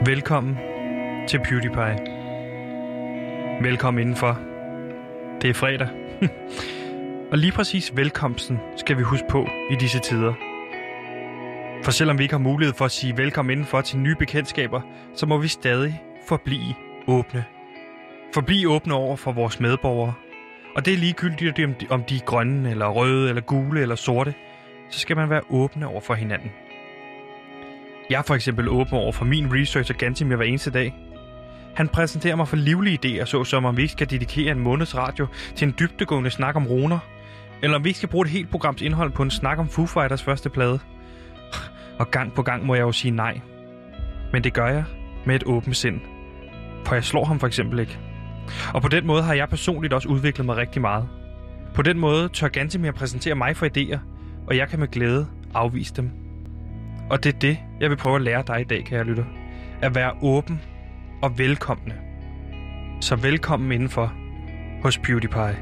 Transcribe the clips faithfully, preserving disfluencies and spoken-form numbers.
Velkommen til PewDiePie. Velkommen indenfor. Det er fredag. Og lige præcis velkomsten skal vi huske på i disse tider. For selvom vi ikke har mulighed for at sige velkommen indenfor til nye bekendtskaber, så må vi stadig forblive åbne. Forblive åbne over for vores medborgere. Og det er ligegyldigt, om de, om de er grønne, eller røde, eller gule, eller sorte. Så skal man være åbne over for hinanden. Jeg er for eksempel åben over for min researcher Gantimir hver eneste dag. Han præsenterer mig for livlige idéer, såsom om vi ikke skal dedikere en måneds radio til en dybdegående snak om runer, eller om vi ikke skal bruge et helt programs indhold på en snak om Foo Fighters første plade. Og gang på gang må jeg jo sige nej. Men det gør jeg med et åbent sind. For jeg slår ham for eksempel ikke. Og på den måde har jeg personligt også udviklet mig rigtig meget. På den måde tør Gantimir præsentere mig for idéer, og jeg kan med glæde afvise dem. Og det er det, jeg vil prøve at lære dig i dag, kære lytter. At være åben og velkomne. Så velkommen indenfor hos PewDiePie.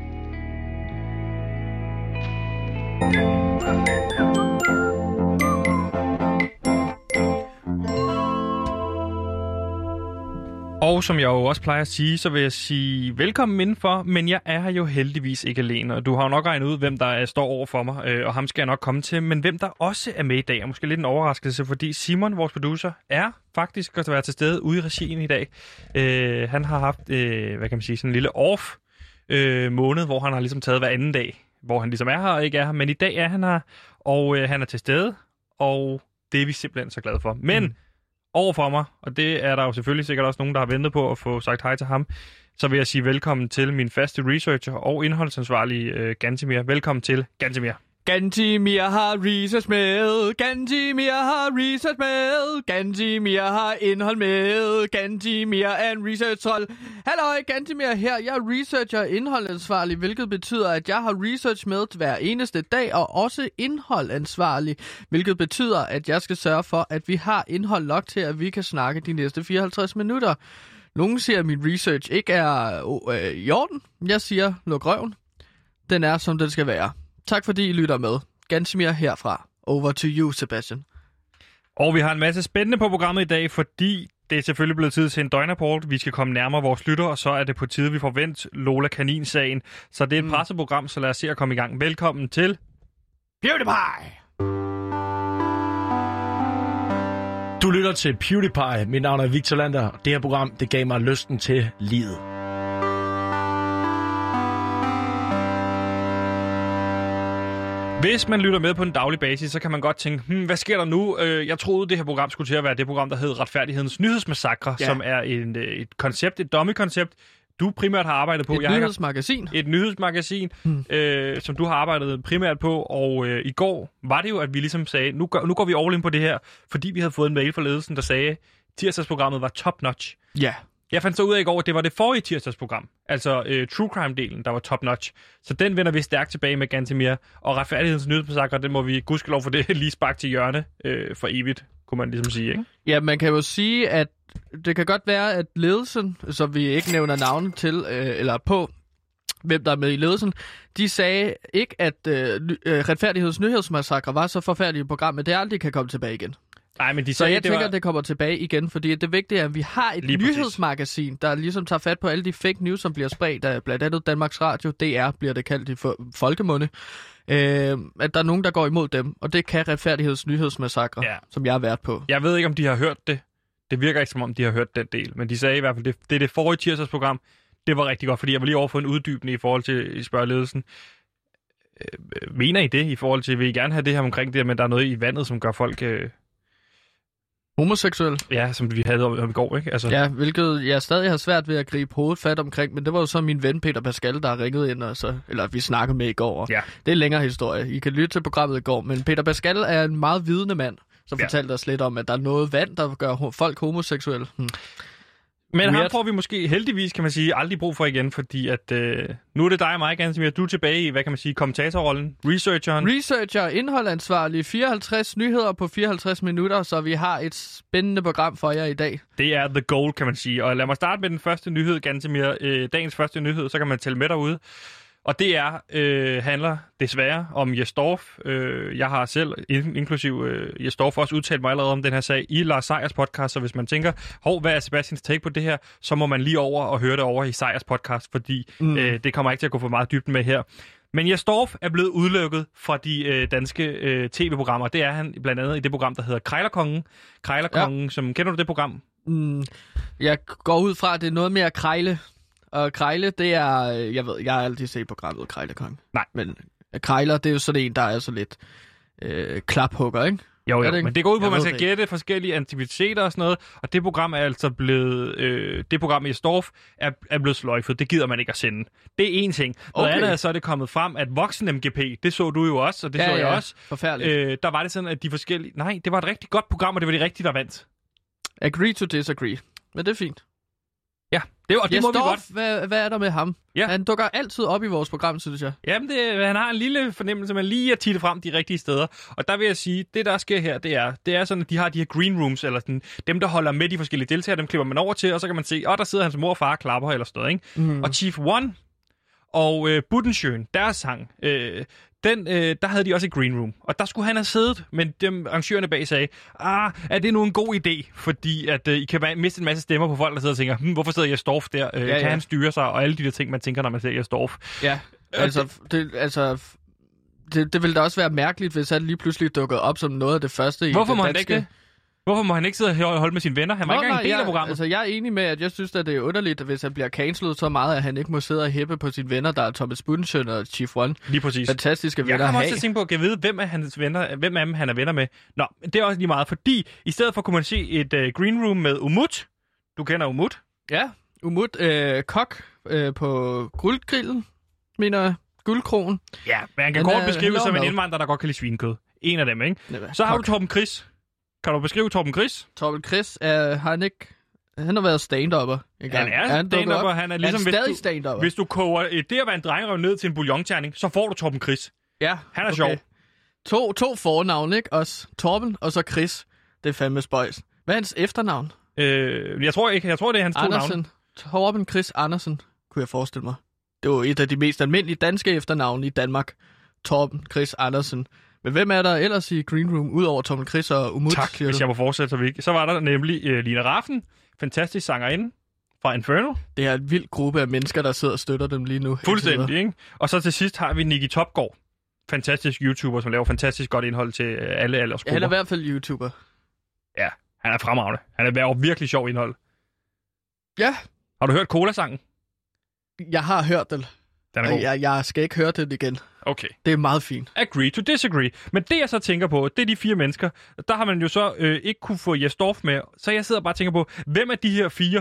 Og som jeg jo også plejer at sige, så vil jeg sige velkommen indenfor, men jeg er her jo heldigvis ikke alene, og du har jo nok regnet ud, hvem der står over for mig, og ham skal jeg nok komme til, men hvem der også er med i dag, er måske lidt en overraskelse, fordi Simon, vores producer, er faktisk at være til stede ude i regien i dag. Øh, han har haft, øh, hvad kan man sige, sådan en lille off øh, måned, hvor han har ligesom taget hver anden dag, hvor han ligesom er her og ikke er her, men i dag er han her, og øh, han er til stede, og det er vi simpelthen så glade for. Men mm. over for mig, og det er der jo selvfølgelig sikkert også nogen, der har ventet på at få sagt hej til ham, så vil jeg sige velkommen til min faste researcher og indholdsansvarlige uh, Gantimir. Velkommen til, Gantimir. Gantimir har research med, Gantimir har research med, Gantimir har indhold med, Gantimir er en research-trold. Halløj, Gantimir her. Jeg er researcher og indholdansvarlig, hvilket betyder, at jeg har research med hver eneste dag, og også indholdansvarlig, hvilket betyder, at jeg skal sørge for, at vi har indhold nok til, at vi kan snakke de næste fireoghalvtreds minutter. Nogen siger, at min research ikke er øh, i orden. Jeg siger, luk røven. Den er, som den skal være. Tak fordi I lytter med. Gantimir herfra. Over to you, Sebastian. Og vi har en masse spændende på programmet i dag, fordi det er selvfølgelig blevet tid til en døgnrapport. Vi skal komme nærmere vores lytter, og så er det på tide, vi får vendt Lola Kanin-sagen. Så det er et mm. presseprogram, så lad os se at komme i gang. Velkommen til PewDiePie! Du lytter til PewDiePie. Mit navn er Victor Lander. Det her program, det gav mig lysten til livet. Hvis man lytter med på en daglig basis, så kan man godt tænke, hmm, hvad sker der nu? Jeg troede, det her program skulle til at være det program, der hed Retfærdighedens Nyhedsmassakre, ja. Som er en, et koncept, et dummy-koncept, du primært har arbejdet på. Et Jeg nyhedsmagasin. Har, et nyhedsmagasin, hmm. øh, som du har arbejdet primært på, og øh, i går var det jo, at vi ligesom sagde, nu går, nu går vi all in på det her, fordi vi havde fået en mail fra ledelsen, der sagde, at tirsdagsprogrammet var top-notch. Ja. Jeg fandt så ud af i går, at det var det forrige tirsdagsprogram, altså øh, True Crime-delen, der var top-notch. Så den vender vi stærkt tilbage med Gantimir, og Retfærdighedens Nyhedsmassakre, den må vi gudskelov for det lige sparke til hjørne øh, for evigt, kunne man ligesom sige, ikke? Ja, man kan jo sige, at det kan godt være, at ledelsen, som vi ikke nævner navnet til, øh, eller på, hvem der er med i ledelsen, de sagde ikke, at øh, Retfærdighedens Nyhedsmassakre var så forfærdeligt et program, men det aldrig kan komme tilbage igen. Nej, men de så sagde, jeg det tænker, var... at det kommer tilbage igen, fordi det vigtige er, at vi har et Lige nyhedsmagasin, der ligesom tager fat på alle de fake news, som bliver spredt af blandt andet Danmarks Radio, D R bliver det kaldt i folkemunde, øh, at der er nogen, der går imod dem, og det kan Retfærdighedens Nyhedsmassakre, ja. Som jeg har været på. Jeg ved ikke, om de har hørt det. Det virker ikke, som om de har hørt den del, men de sagde i hvert fald, det, det er det forrige tirsdagsprogram. Det var rigtig godt, fordi jeg var lige over for en uddybende i forhold til spørgeledelsen. Øh, mener I det i forhold til, vil I gerne have det her omkring det, men der er noget i vandet, som gør folk... Øh... homoseksuel? Ja, som vi havde om i går, ikke? Altså... Ja, hvilket jeg stadig har svært ved at gribe hovedet fat omkring, men det var jo så min ven Peter Pascal, der har ringet ind, og så, eller vi snakkede med i går. Ja. Det er en længere historie. I kan lytte til programmet i går, men Peter Pascal er en meget vidende mand, som ja. fortalte os lidt om, at der er noget vand, der gør folk homoseksuelle. Hm. Men ham får vi måske heldigvis, kan man sige, aldrig brug for igen, fordi at øh, nu er det dig og mig, Gantimir. Du er tilbage i, hvad kan man sige, kommentatorrollen, researcheren. Researcher, indholdansvarlig, fireoghalvtreds nyheder på fireoghalvtreds minutter, så vi har et spændende program for jer i dag. Det er the goal, kan man sige. Og lad mig starte med den første nyhed, Gantimir. Øh, dagens første nyhed, så kan man tælle med derude. Og det er, øh, handler desværre om Jes Dorph. Øh, jeg har selv, inklusiv øh, Jes Dorph, også udtalt mig allerede om den her sag i Lars Seiers podcast, så hvis man tænker, hov, hvad er Sebastians take på det her, så må man lige over og høre det over i Seiers podcast, fordi mm. øh, det kommer ikke til at gå for meget dybden med her. Men Jes Dorph er blevet udelukket fra de øh, danske øh, tv-programmer. Det er han blandt andet i det program, der hedder Krejlerkongen. Krejlerkongen, ja. som kender du det program? Mm, jeg går ud fra, at det er noget mere krejle. Og krejle, det er... Jeg ved, jeg har altid set programmet Krejlerkongen. Nej. Men krejler, det er jo sådan en, der er så lidt øh, klaphugger, ikke? Jo, jo, det men det går ud på, at man skal gætte forskellige antikviteter og sådan noget, og det program er altså blevet, øh, det program i Storff er, er blevet sløjfet. Det gider man ikke at sende. Det er én ting. Noget okay. andet er så er det kommet frem, at Voksen M G P, det så du jo også, og det ja, så jeg ja. også. Forfærdeligt. Øh, der var det sådan, at de forskellige... Nej, det var et rigtig godt program, og det var de rigtige, der vandt. Agree to disagree. Men det er fint. Ja, det, og det Jes må vi Dorph, godt. Hvad, hvad er der med ham? Ja. Han dukker altid op i vores program, synes jeg. Jamen, det, han har en lille fornemmelse, man lige at titte frem de rigtige steder. Og der vil jeg sige, det der sker her, det er, det er sådan, at de har de her green rooms, eller sådan, dem, der holder med de forskellige deltagere, dem klipper man over til, og så kan man se, åh, oh, der sidder hans mor og far og klapper eller sådan noget, ikke? Mm. Og Chief One og øh, Buddenschøn, deres sang, øh, den, øh, der havde de også et green room, og der skulle han have siddet, men dem arrangørerne bag sagde, ah, er det nu en god idé, fordi at øh, I kan miste en masse stemmer på folk, der sidder og tænker, hm, hvorfor sidder Jes Dorph der, øh, ja, kan ja. han styre sig, og alle de der ting, man tænker, når man ser Jes Dorph. Ja, altså, det, altså det, det ville da også være mærkeligt, hvis han lige pludselig dukkede op som noget af det første i hvorfor det må danske... han ikke det? Hvorfor må han ikke sidde og holde med sine venner? Han var Nå, ikke engang en del af programmet. Altså, jeg er enig med, at jeg synes, at det er underligt, hvis han bliver cancelet så meget, at han ikke må sidde og hæppe på sine venner, der er Thomas Buddenschøn og Chief One. Lige præcis. Fantastiske venner. Jeg kommer også til at tænke på at vide, hvem af hans venner, hvem af dem han er venner med. Nå, det er også lige meget, fordi i stedet for kunne man se et uh, green room med Umut. Du kender Umut? Ja, Umut øh, kok øh, på guldgrillen, mener guldkrogen. Ja, men han kan han kort beskrive som en indvandrer, der godt kan lide svinekød. En af dem, ikke? Ja, så har kok. Du Torben Chris. Kan du beskrive Torben Chris? Torben Chris, øh, har han ikke... Han har været stand-upper en gang. Han er han stand-upper. Han er ligesom, han er stadig stand-upper. Hvis du koger det at være en drengerøv ned til en bouillonterning, så får du Torben Chris. Ja, han er okay. sjov. To, to fornavne, ikke? Også Torben og så Chris. Det er fandme spøjs. Hvad er hans efternavn? Øh, jeg tror ikke. Jeg tror, det er hans Andersen. to navne. Torben Chris Andersen, kunne jeg forestille mig. Det var et af de mest almindelige danske efternavne i Danmark. Torben Chris Andersen. Men hvem er der ellers i Green Room, udover Torben Chris og Umut? Tak, hvis jeg må fortsætte, så vi ikke. Så var der nemlig uh, Lina Raffen, fantastisk sangerinde fra Inferno. Det er en vild gruppe af mennesker, der sidder og støtter dem lige nu. Fuldstændig, ikke? Og så til sidst har vi Nicky Topgaard. Fantastisk YouTuber, som laver fantastisk godt indhold til uh, alle aldersgrupper. Han er i hvert fald YouTuber. Ja, han er fremragende. Han er virkelig sjov indhold. Ja. Har du hørt Cola-sangen? Jeg har hørt den. Den er god. Jeg, jeg skal ikke høre den igen. Okay. Det er meget fint. Agree to disagree. Men det, jeg så tænker på, det er de fire mennesker. Der har man jo så øh, ikke kunne få Jes Dorph med. Så jeg sidder bare og tænker på, hvem af de her fire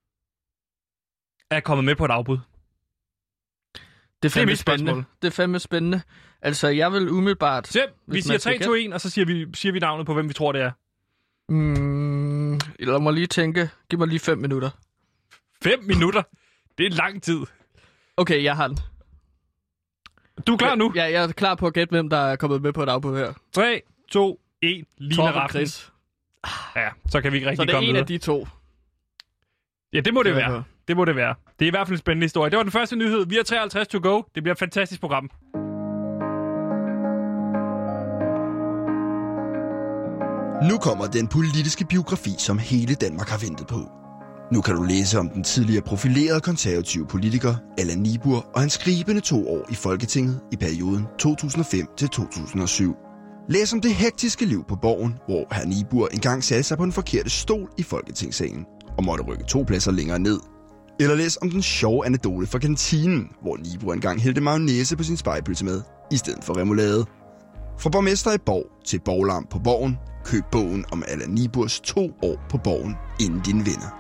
er kommet med på et afbud? Det er fandme spændende. Det er fandme spændende. Altså, jeg vil umiddelbart... Så, vi siger tre, to, et, og så siger vi, siger vi navnet på, hvem vi tror, det er. Mm, lad mig lige tænke. Giv mig lige fem minutter. Fem minutter? Det er lang tid. Okay, jeg har den. Du er klar nu? Ja, jeg er klar på at gætte, hvem der er kommet med på et afbud her. tre, to, et, Lina Raffen. Chris. Ja, så kan vi ikke rigtig komme Så det er en videre. af de to. Ja, det må det, det være. Det må det være. Det er i hvert fald en spændende historie. Det var den første nyhed. Vi har treoghalvtreds to go. Det bliver et fantastisk program. Nu kommer den politiske biografi, som hele Danmark har ventet på. Nu kan du læse om den tidligere profilerede konservative politiker Allan Niburg og hans skribende to år i Folketinget i perioden to tusind og fem til to tusind og syv. Læs om det hektiske liv på Borgen, hvor hr. Niburg engang satte sig på den forkerte stol i Folketingssalen og måtte rykke to pladser længere ned. Eller læs om den sjove anekdote fra kantinen, hvor Niburg engang hældte mayonnaise på sin spegepølse med, i stedet for remoulade. Fra borgmester i Borg til borglarm på Borgen, køb bogen om Allan Niburgs to år på Borgen, inden dine venner.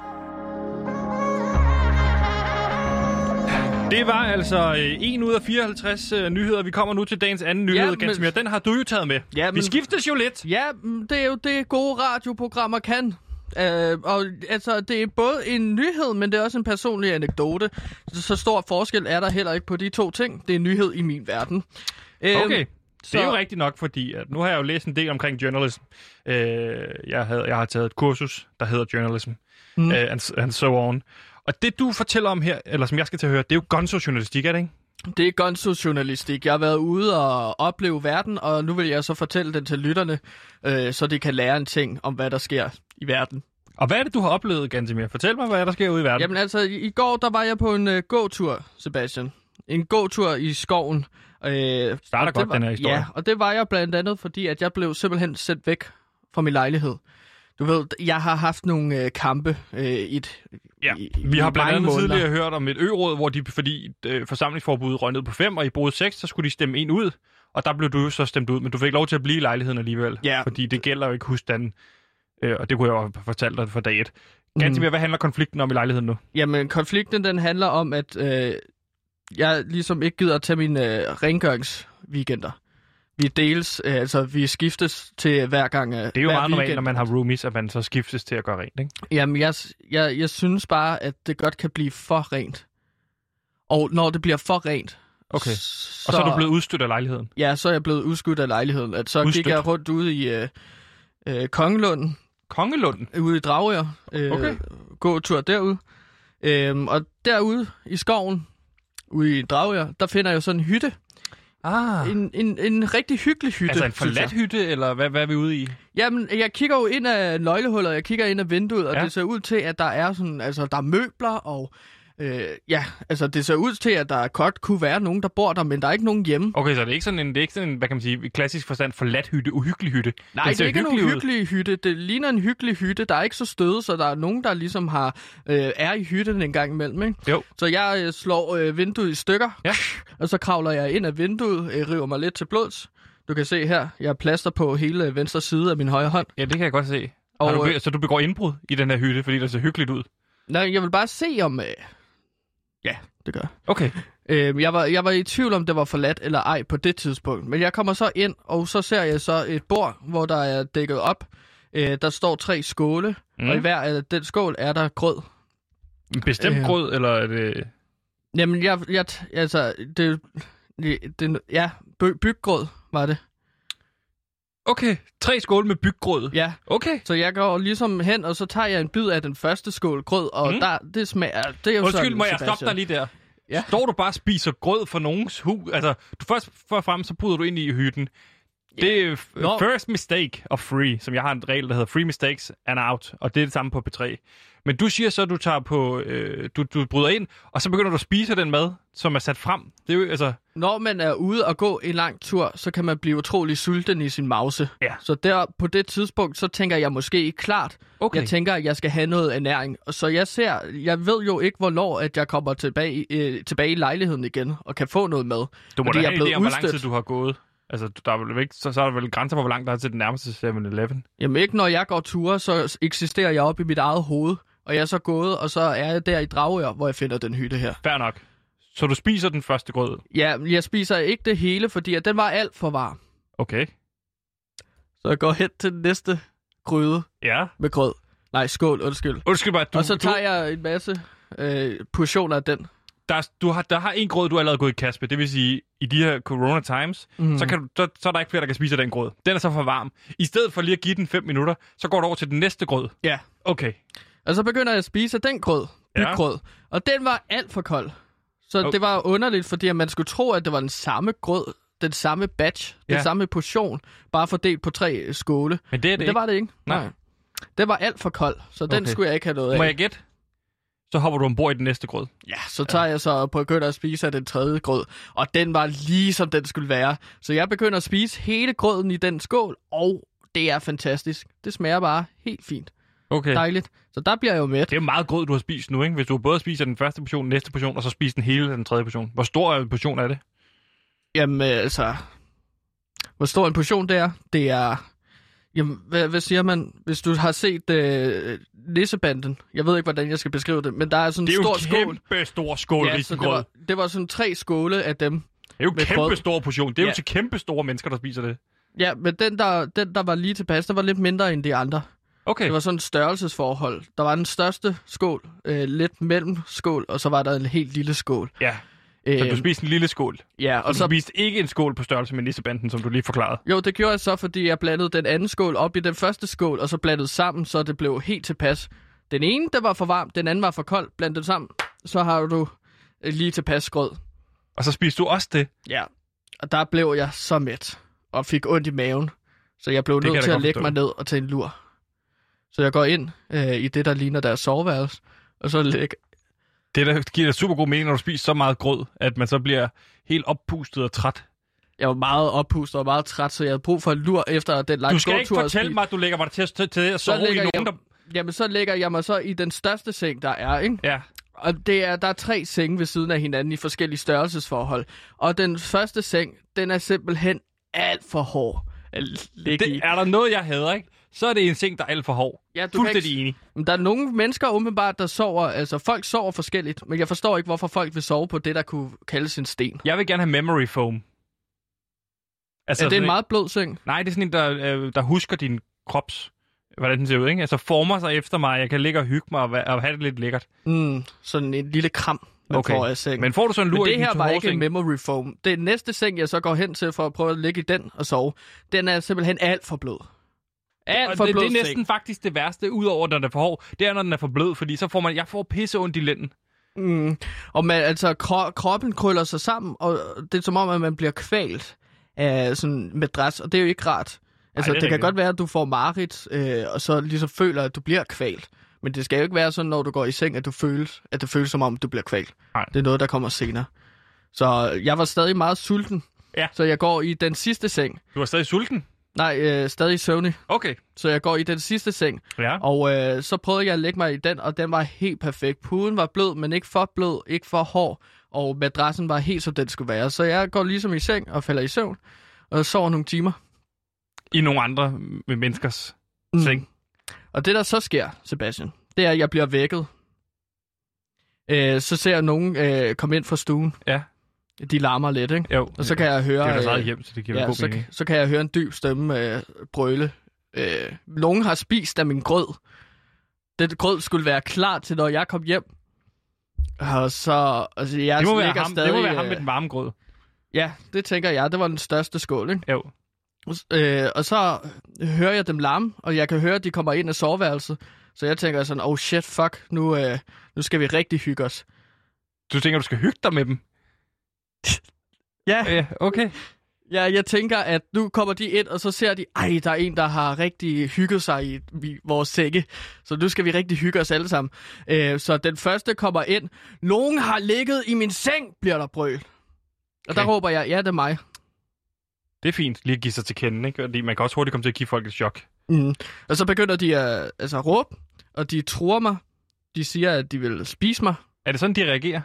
Det var altså øh, en ud af fireoghalvtreds øh, nyheder. Vi kommer nu til dagens anden nyhed, ja, Gantemir. Den har du jo taget med. Ja, men, vi skiftes jo lidt. Ja, det er jo det, gode radioprogrammer kan. Uh, og altså, det er både en nyhed, men det er også en personlig anekdote. Så, så stor forskel er der heller ikke på de to ting. Det er en nyhed i min verden. Uh, okay. Så... Det er jo rigtigt nok, fordi at nu har jeg jo læst en del omkring journalism. Uh, jeg, havde, jeg har taget et kursus, der hedder journalism. Mm. Uh, and, and so on. Og det, du fortæller om her, eller som jeg skal til at høre, det er jo gonzo-journalistik, er det ikke? Det er gonzo-journalistik. Jeg har været ude og opleve verden, og nu vil jeg så fortælle den til lytterne, øh, så de kan lære en ting om, hvad der sker i verden. Og hvad er det, du har oplevet, Gantemir? Fortæl mig, hvad der sker ude i verden. Jamen altså, i, i går der var jeg på en uh, gåtur, Sebastian. En gåtur i skoven. Øh, Starter godt, var, den her historie. Ja, og det var jeg blandt andet, fordi at jeg blev simpelthen sendt væk fra min lejlighed. Du ved, jeg har haft nogle øh, kampe øh, i et Ja, i, vi har i blandt andet måneder. tidligere hørt om et ø-råd, hvor de, fordi øh, forsamlingsforbuddet røg ned på fem, og I boede seks, så skulle de stemme en ud, og der blev du jo så stemt ud, men du fik lov til at blive i lejligheden alligevel, Ja. fordi det gælder jo ikke husstanden, øh, og det kunne jeg jo have fortalt dig for dag et. Gantemir, mm. hvad handler konflikten om i lejligheden nu? Jamen, konflikten den handler om, at øh, jeg ligesom ikke gider at tage mine øh, rengøringsweekender. Vi deles, øh, altså vi skiftes til hver gang. Øh, Det er jo hver meget normalt, weekend. når man har roomies, at man så skiftes til at gøre rent, ikke? Jamen, jeg, jeg, jeg synes bare, at det godt kan blive for rent. Og når det bliver for rent... Okay. Så, Og så er du blevet udstødt af lejligheden. Ja, så er jeg blevet udskudt af lejligheden. At så Udstødt? gik jeg rundt ude i øh, øh, Kongelunden, Kongelunden? ude i Dragør. Øh, Okay. Gåtur derude. Øhm, og derude i skoven, ude i Dragør, der finder jeg jo sådan en hytte. Ah. En, en, en rigtig hyggelig hytte. Altså en synes jeg. forladt hytte, eller hvad, hvad er vi ude i? Jamen, jeg kigger jo ind af nøglehullet, jeg kigger ind af vinduet, og Ja. det ser ud til, at der er sådan, altså, der er møbler, og øh, ja, altså, det ser ud til, at der godt kunne være nogen, der bor der, men der er ikke nogen hjemme. Okay, så det er ikke sådan en, det er ikke sådan en, hvad kan man sige, i klassisk forstand forladt hytte, uhyggelig hytte. Nej, Den det ser er ikke nogen hyggelig ud. hyggelig hytte. Det ligner en hyggelig hytte. Der er ikke så støde, så der er nogen, der ligesom har øh, er i hytten en gang imellem, ikke? Jo. Så jeg øh, slår øh, vinduet i stykker, Ja. og så kravler jeg ind af vinduet, øh, river mig lidt til blods. Du kan se her, jeg er plaster på hele venstre side af min højre hånd. Ja, det kan jeg godt se. Og, Og, du, øh, be- så du begår indbrud i den her hytte, fordi det ser hyggeligt ud? Nej, jeg vil bare se om... Øh... Ja, det gør jeg. Okay. Øh, jeg, var, jeg var i tvivl om, det var forladt eller ej på det tidspunkt. Men jeg kommer så ind, og så ser jeg så et bord, hvor der er dækket op. Øh, der står tre skåle, Mm. mm. og i hver af den skål er der grød. En bestemt Øh. grød, eller er det... Jamen, jeg... jeg altså, det... det, det ja, by, byggrød var det. Okay, tre skåle med byggrød. Ja, Okay. så jeg går ligesom hen, og så tager jeg en bid af den første skål grød, og Mm. mm. der, det smager... Det er jo Undskyld, sådan, må jeg Sebastian. stoppe dig lige der? Ja. Står du bare og spiser grød for nogens hus? Altså, du først for frem, så bryder du ind i hytten. Det er f- Nå. first mistake of free, som jeg har en regel, der hedder free mistakes and out, og det er det samme på P tre. Men du siger så, at du tager på, øh, du, du bryder ind, og så begynder du at spise den mad, som er sat frem. Det er jo, altså, Når man er ude og gå en lang tur, så kan man blive utrolig sulten i sin mause. Ja. Så der på det tidspunkt, så tænker jeg måske ikke klart. okay. Jeg tænker, at jeg skal have noget ernæring. Og så jeg ser, jeg ved jo ikke, hvornår at jeg kommer tilbage, øh, tilbage i lejligheden igen og kan få noget mad. du må fordi da jeg er have en blevet idé om, hvor lang tid udstødt. du har gået. Altså, der er vel ikke, så, så er der vel grænser for, hvor langt der er til den nærmeste seven eleven. Jamen ikke når jeg går ture, så eksisterer jeg op i mit eget hoved. Og jeg er så gået, og så er jeg der i Dragør, hvor jeg finder den hytte her. Fair nok. Så du spiser den første grød. Ja, jeg spiser ikke det hele, fordi at den var alt for varm. Okay. Så jeg går hen til den næste gryde Ja. med grød. Nej, skål, undskyld. Undskyld mig, du, Og så du, tager jeg en masse øh, portioner af den. der, du har, der har en grød, du er allerede gået i kast med. Det vil sige, i de her corona times, Mm. så, kan du, så, så er der ikke flere, der kan spise af den grød. Den er så for varm. I stedet for lige at give den fem minutter, så går du over til den næste grød. Ja. Okay. Og så begynder jeg at spise af den grød. Ja. Byggrød. Og den var alt for kold. Så Okay. det var underligt, fordi at man skulle tro, at det var den samme grød, den samme batch, Ja. den samme portion, bare fordelt på tre skåle. Men det er det, Men det ikke. var det ikke. Nej. Det var alt for kold, så den Okay. skulle jeg ikke have noget af. Må jeg gætte? Så hopper du ombord i den næste grød. Ja, så tager jeg så og begynder at spise af den tredje grød, og den var lige som den skulle være. Så jeg begynder at spise hele grøden i den skål, og det er fantastisk. Det smager bare helt fint. Okay. Dejligt. Så der bliver jeg jo mæt. Det er jo meget grød, du har spist nu, ikke? Hvis du både spiser den første portion, den næste portion, og så spiser den hele den tredje portion. Hvor stor en portion er det? Jamen altså, hvor stor en portion det er? Det er, jamen hvad, hvad siger man, hvis du har set øh, Nissebanden? Jeg ved ikke, hvordan jeg skal beskrive det, men der er sådan Det er en jo stor en skål. kæmpe stor skål Ja, så det risengrød. var, det var sådan tre skåle af dem. Det er jo en med kæmpe grød. stor portion. Det er jo Ja. til kæmpe store mennesker, der spiser det. Ja, men den der, den, der var lige tilpas, der var lidt mindre end de andre. Okay. Det var sådan et størrelsesforhold. Der var den største skål, øh, lidt mellem skål, og så var der en helt lille skål. Ja, så du Øh, spiste en lille skål. ja, Og og så... så du spiste ikke en skål på størrelse med nissebanden, som du lige forklarede. jo, det gjorde jeg så, fordi jeg blandede den anden skål op i den første skål, og så blandede sammen, så det blev helt tilpas. Den ene, der var for varm, den anden var for kold. Bland det sammen, så har du øh, lige tilpas grød. Og så spiste du også det? Ja, og der blev jeg så mæt og fik ondt i maven. Så jeg blev Det nødt til at lægge forstå. mig ned og tage en lur. Så jeg går ind øh, i det, der ligner deres soveværelse, og så lægger... Det der giver dig super god mening, når du spiser så meget grød, at man så bliver helt oppustet og træt. Jeg var meget oppustet og meget træt, så jeg havde brug for en lur efter den lange Du skal gåtur. ikke fortælle mig, at du lægger mig til, til, til at sove i nogen, jeg, der... Jamen, så lægger jeg mig så i den største seng, der er, ikke? Ja. Og det er, der er tre senge ved siden af hinanden i forskellige størrelsesforhold. Og den første seng, den er simpelthen alt for hård at ligge i. Det er der noget, jeg hader, ikke? Så er det en seng, der er alt for hård. Ja, du Fuldstændig ikke... enig. Men der er nogle mennesker åbenbart, der sover... Altså, folk sover forskelligt, men jeg forstår ikke, hvorfor folk vil sove på det, der kunne kaldes en sten. Jeg vil gerne have memory foam. Altså, er det en meget blød seng? Nej, det er sådan en, der, øh, der husker din krops, hvordan den ser ud, ikke? Altså former sig efter mig, jeg kan ligge og hygge mig og, og have det lidt lækkert. Mm, sådan en lille kram, man Okay. får af sengen. Men får du så en lur Men i det din her var hårde ikke en seng? memory foam. Det næste seng, jeg så går hen til for at prøve at ligge i den og sove, den er simpelthen alt for blød. Alt Og for det, blød det er næsten seng. faktisk det værste, udover når den er for hård. Det er, når den er for blød, fordi så får man, jeg får pisse ondt i lænden. Mm. Og man, altså, kro- kroppen krøller sig sammen, og det er som om, at man bliver kvalt af sådan madras, og det er jo ikke rart. Altså, Ej, det er det, det kan rigtigt. godt være, at du får mareridt, øh, og så ligesom føler, at du bliver kvalt. Men det skal jo ikke være sådan, når du går i seng, at du føles, at det føles som om, du bliver kvalt. Nej. Det er noget, der kommer senere. Så jeg var stadig meget sulten, Ja. så jeg går i den sidste seng. Du er stadig sulten? Nej, øh, stadig søvnig. Okay. Så jeg går i den sidste seng, Ja. og øh, så prøvede jeg at lægge mig i den, og den var helt perfekt. Puden var blød, men ikke for blød, ikke for hård, og madrassen var helt som den skulle være. Så jeg går ligesom i seng og falder i søvn, og sover nogle timer. I nogle andre med menneskers Mm. seng. Og det, der så sker, Sebastian, det er, at jeg bliver vækket. Øh, så ser jeg nogen øh, komme ind fra stuen. Ja. De larmer lidt, ikke? Jo. Og så kan jeg høre... Det er deres øh, eget hjem, så det giver ja, Ja, god så, mening. så kan jeg høre en dyb stemme øh, brøle. Øh, nogen har spist af min grød. Den grød skulle være klar til, når jeg kom hjem. Og så... Altså, jeg Det må, være ligger ham, stadig, det må være ham øh, med den varme grød. Ja, det tænker jeg. Det var den største skål, ikke? Jo. Øh, og så hører jeg dem larme, og jeg kan høre, at de kommer ind af soveværelset. Så jeg tænker sådan, oh shit, fuck, nu, øh, nu skal vi rigtig hygge os. Du tænker, du skal hygge dig med dem? Ja. Ja, okay. Ja, jeg tænker, at nu kommer de ind, og så ser de, ej, der er en, der har rigtig hygget sig i, i vores sække. Så nu skal vi rigtig hygge os alle sammen. Øh, så den første kommer ind. Nogen har ligget i min seng, bliver der brøl. Og Okay. der råber jeg, ja, det er mig. Det er fint lige at give sig til kende, ikke? Fordi man kan også hurtigt komme til at give folk et chok. Mm. Og så begynder de at altså, råbe, og de truer mig. De siger, at de vil spise mig. Er det sådan, de reagerer?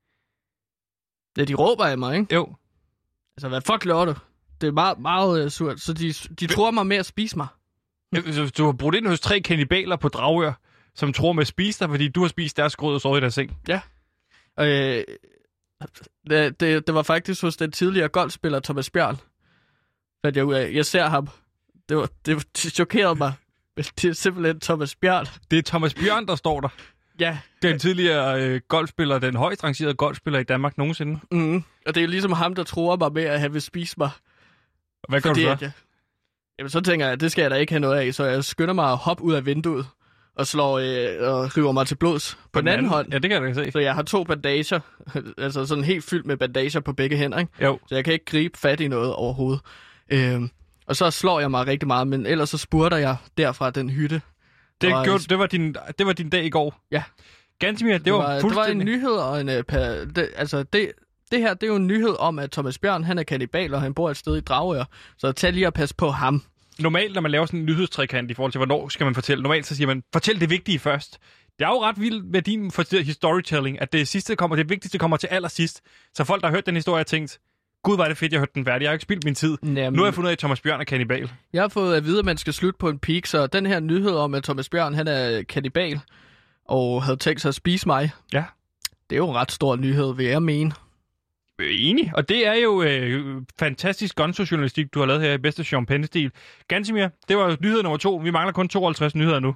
Ja, de råber af mig, ikke? Jo. Altså, hvad fuck laver du? Det er meget, meget uh, surt. Så de, de truer mig med at spise mig. Så Du har brugt ind hos tre kannibaler på Dragør, som tror med at spise dig, fordi du har spist deres grød og sovet i deres seng. Øh, det, det, det var faktisk hos den tidligere golfspiller Thomas Bjørn. Fandt jeg ud af. Jeg ser ham. Det, var, det, det chokerede mig. Men det er simpelthen Thomas Bjørn. Det er Thomas Bjørn, der står der. Ja. Den tidligere øh, golfspiller, den højst rangerede golfspiller i Danmark nogensinde. Mm. Og det er jo ligesom ham, der truer mig med, at han vil spise mig. Hvad gør du Fordi så? at jeg, jamen, så tænker jeg, at det skal jeg da ikke have noget af. Så jeg skynder mig at hoppe ud af vinduet og slår øh, og river mig til blods på, på den anden hånd. Ja, det kan jeg da se. Så jeg har to bandager, altså sådan helt fyldt med bandager på begge hænder, ikke? Jo. Så jeg kan ikke gribe fat i noget overhovedet. Øhm, og så slår jeg mig rigtig meget, men ellers så spurter jeg derfra den hytte. Det, Og- gjorde, det, var din, det var din dag i går. Ja. Gantimir, det, Det var, var, det var en fuldstændig... nyhed og en... Øh, pa, det, altså, det, det her, det er jo en nyhed om, at Thomas Bjørn, han er kannibal, og han bor et sted i Dragør. Så tag lige og pas på ham. Normalt, når man laver sådan en nyhedstrækant i forhold til, hvornår skal man fortælle, normalt så siger man, fortæl det vigtige først. Det er jo ret vildt med din for- storytelling, at det sidste kommer, det vigtigste kommer til allersidst. Så folk, der har hørt den historie, har tænkt, gud, var det fedt, jeg hørte den færdig. Jeg har ikke spildt min tid. Jamen, Nu har jeg fundet ud af, at Thomas Bjørn er kannibal. Jeg har fået at vide, at man skal slutte på en peak, så den her nyhed om, at Thomas Bjørn, han er kannibal, og havde tænkt sig at spise mig, Ja. det er jo en ret stor nyhed, vil jeg mene. Øh, Enig. Og det er jo øh, fantastisk gonzo-journalistik, du har lavet her i bedste Sean Penn-stil. Gantimir, det var nyhed nummer to. Vi mangler kun tooghalvtreds nyheder nu.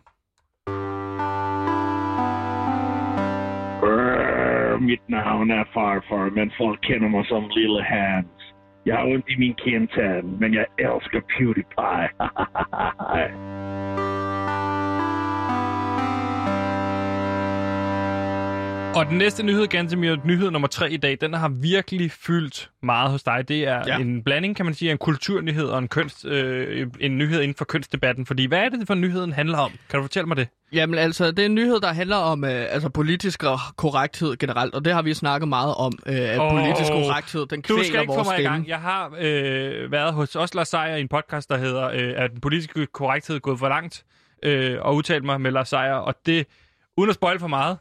Brrr, mit navn er Farfar, men folk kender mig som Lille Hans. Jeg har ondt i min kindtand, men jeg elsker PewDiePie. Og den næste nyhed, Gantemir, nyhed nummer tre i dag, den har virkelig fyldt meget hos dig. Det er ja. en blanding, kan man sige, af en kulturnyhed og en, kunst, øh, en nyhed inden for kunstdebatten. Fordi hvad er det for nyheden handler om? Kan du fortælle mig det? Jamen altså, det er en nyhed, der handler om øh, altså, politisk korrekthed generelt, og det har vi snakket meget om, øh, at oh, politisk korrekthed, den kvæler vores stemme. Du skal ikke få mig i gang. Jeg har øh, været hos Osler Seier i en podcast, der hedder, øh, at den politiske korrekthed er gået for langt, øh, og udtalt mig med Lars Seier, og det, uden at spoil for meget,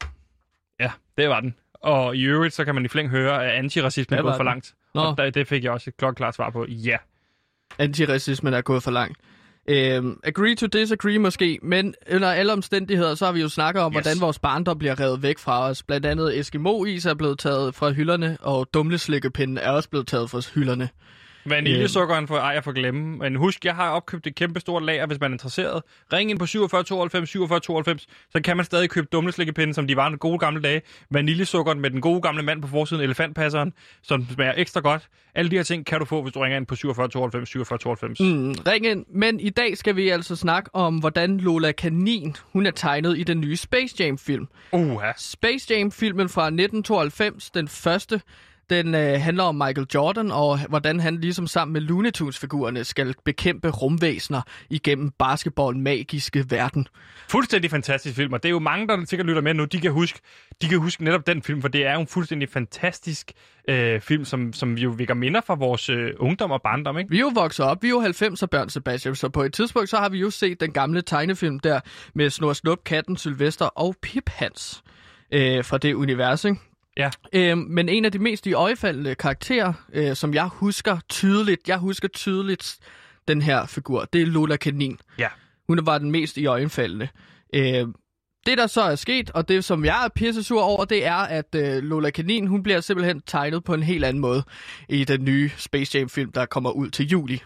ja, det var den. Og i øvrigt, så kan man i flæng høre, at antiracismen er gået for langt. Nå. Og der, det fik jeg også et klokkeklart svar på. Ja. Antiracismen er gået for langt. Um, agree to disagree måske, men under alle omstændigheder, så har vi jo snakket om, yes. hvordan vores barndom bliver revet væk fra os. Blandt andet Eskimo-is er blevet taget fra hylderne, og dumleslikkepinden er også blevet taget fra hylderne. Vaniljesukkeren for ej at forglemme. Men husk, jeg har opkøbt et kæmpe stort lager, hvis man er interesseret. Ring ind på syvogfyrre tooghalvfems syvogfyrre tooghalvfems, så kan man stadig købe dumleslikkepinde, som de var den gode gamle dage. Vaniljesukkeren med den gode gamle mand på forsiden, elefantpasseren, som smager ekstra godt. Alle de her ting kan du få, hvis du ringer ind på syvogfyrre tooghalvfems syvogfyrre tooghalvfems. Mm, ring ind. Men i dag skal vi altså snakke om, hvordan Lola Kanin, hun er tegnet i den nye Space Jam-film. Uh-huh. Space Jam-filmen fra nitten tooghalvfems, den første. Den øh, handler om Michael Jordan, og hvordan han ligesom sammen med Looney Tunes-figurerne skal bekæmpe rumvæsener igennem basketball-magiske verden. Fuldstændig fantastisk film, og det er jo mange, der sikkert lytter med nu, de kan huske, de kan huske netop den film, for det er jo en fuldstændig fantastisk øh, film, som, som jo vækker minder fra vores øh, ungdom og barndom, ikke? Vi er jo vokset op, vi er jo halvfemser børn, Sebastian, så på et tidspunkt så har vi jo set den gamle tegnefilm der med Snor Snup, Katten, Sylvester og Pip Hans øh, fra det univers, ikke? Ja. Øh, men en af de mest iøjefaldende karakterer, øh, som jeg husker tydeligt, jeg husker tydeligt den her figur, det er Lola Kanin. Ja. Hun var den mest iøjefaldende. Øh, det der så er sket, og det som jeg er pissesur over, det er, at øh, Lola Kanin, hun bliver simpelthen tegnet på en helt anden måde i den nye Space Jam-film, der kommer ud til juli.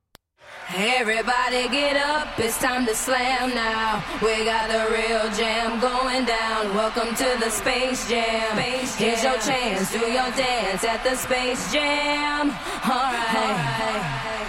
Everybody get up, it's time to slam now. We got the real jam going down. Welcome to the Space Jam. Space Jam. Here's your chance, do your dance at the Space Jam. All right.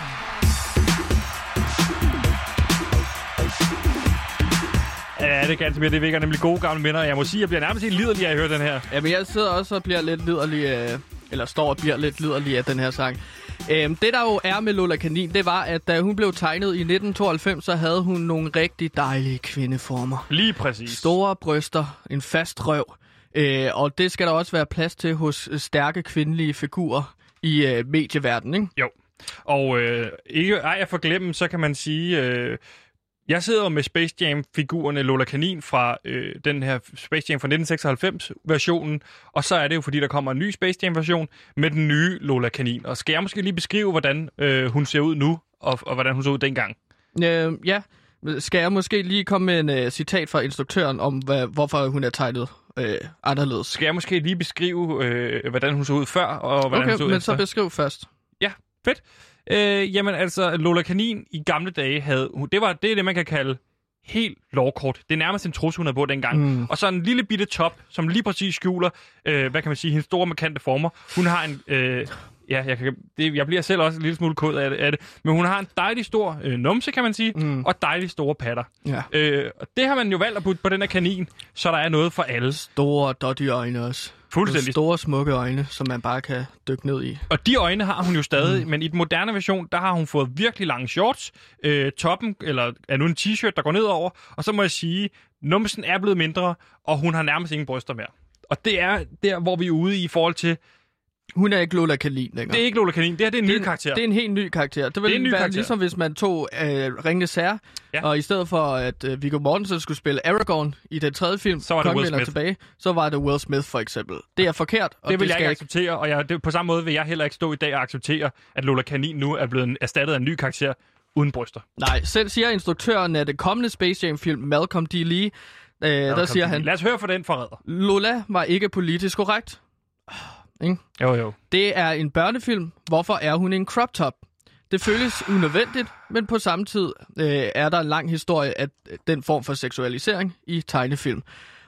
Ja, det kan det vækker nemlig gode gamle minder. Jeg må sige, at jeg bliver nærmest helt liderlig af at høre den her. Jamen, jeg sidder også og bliver lidt liderlig, eller står og bliver lidt liderlig af den her sang. Øhm, det der jo er med Lola Kanin, det var, at da hun blev tegnet i nitten tooghalvfems, så havde hun nogle rigtig dejlige kvindeformer. Lige præcis. Store bryster, en fast røv, øh, og det skal der også være plads til hos stærke kvindelige figurer i øh, medieverdenen, ikke? Jo, og øh, ikke ej at forglemme, så kan man sige... Øh, Jeg sidder med Space Jam-figurerne Lola Kanin fra øh, den her Space Jam fra nitten seksoghalvfems-versionen, og så er det jo, fordi der kommer en ny Space Jam-version med den nye Lola Kanin. Og skal jeg måske lige beskrive, hvordan øh, hun ser ud nu, og, og hvordan hun så ud dengang? Øh, ja, skal jeg måske lige komme med en øh, citat fra instruktøren om, hvad, hvorfor hun er tegnet øh, anderledes? Skal jeg måske lige beskrive, øh, hvordan hun så ud før, og hvordan okay, hun så ud men efter? Så beskriv først. Ja, fedt. Øh, jamen altså, Lola Kanin i gamle dage havde... Det, var, det er det, man kan kalde helt lovkort. Det er nærmest en trus, hun havde på dengang. Mm. Og så en lille bitte top, som lige præcis skjuler, øh, hvad kan man sige, hendes store markante former. Hun har en... Øh, ja, jeg, kan, det, jeg bliver selv også en lille smule kod af det, af det. Men hun har en dejlig stor øh, numse, kan man sige, mm. og dejlig store patter. Ja. Øh, og det har man jo valgt at putte på den her kanin, så der er noget for alle. Store dotty øjne også. Fuldstændig. Store, smukke øjne, som man bare kan dykke ned i. Og de øjne har hun jo stadig, mm. men i den moderne version, der har hun fået virkelig lange shorts, øh, toppen, eller er nu en t-shirt, der går ned over, og så må jeg sige, numsen er blevet mindre, og hun har nærmest ingen bryster mere. Og det er der, hvor vi er ude i forhold til... Hun er ikke Lola Kanin længere. Det er ikke Lola Kanin, det her det er en det er ny en, karakter. Det er en helt ny karakter. Det vil det være karakter. Ligesom hvis man tog øh, Ringenes Herre, ja. Og i stedet for at øh, Viggo Mortensen skulle spille Aragorn i den tredje film, så var det Will Smith. Tilbage, så var det Will Smith for eksempel. Det er forkert, og det vil det jeg ikke acceptere, og jeg, det, på samme måde vil jeg heller ikke stå i dag og acceptere, at Lola Kanin nu er blevet erstattet af en ny karakter uden bryster. Nej, selv siger instruktøren af det kommende Space Jam-film, Malcolm D. Lee, øh, der siger han... Lad os høre for den forræder. Lola var ikke politisk korrekt. Ikke? Jo, jo. Det er en børnefilm. Hvorfor er hun en crop top? Det føles unødvendigt, men på samme tid øh, er der en lang historie af den form for seksualisering i tegnefilm.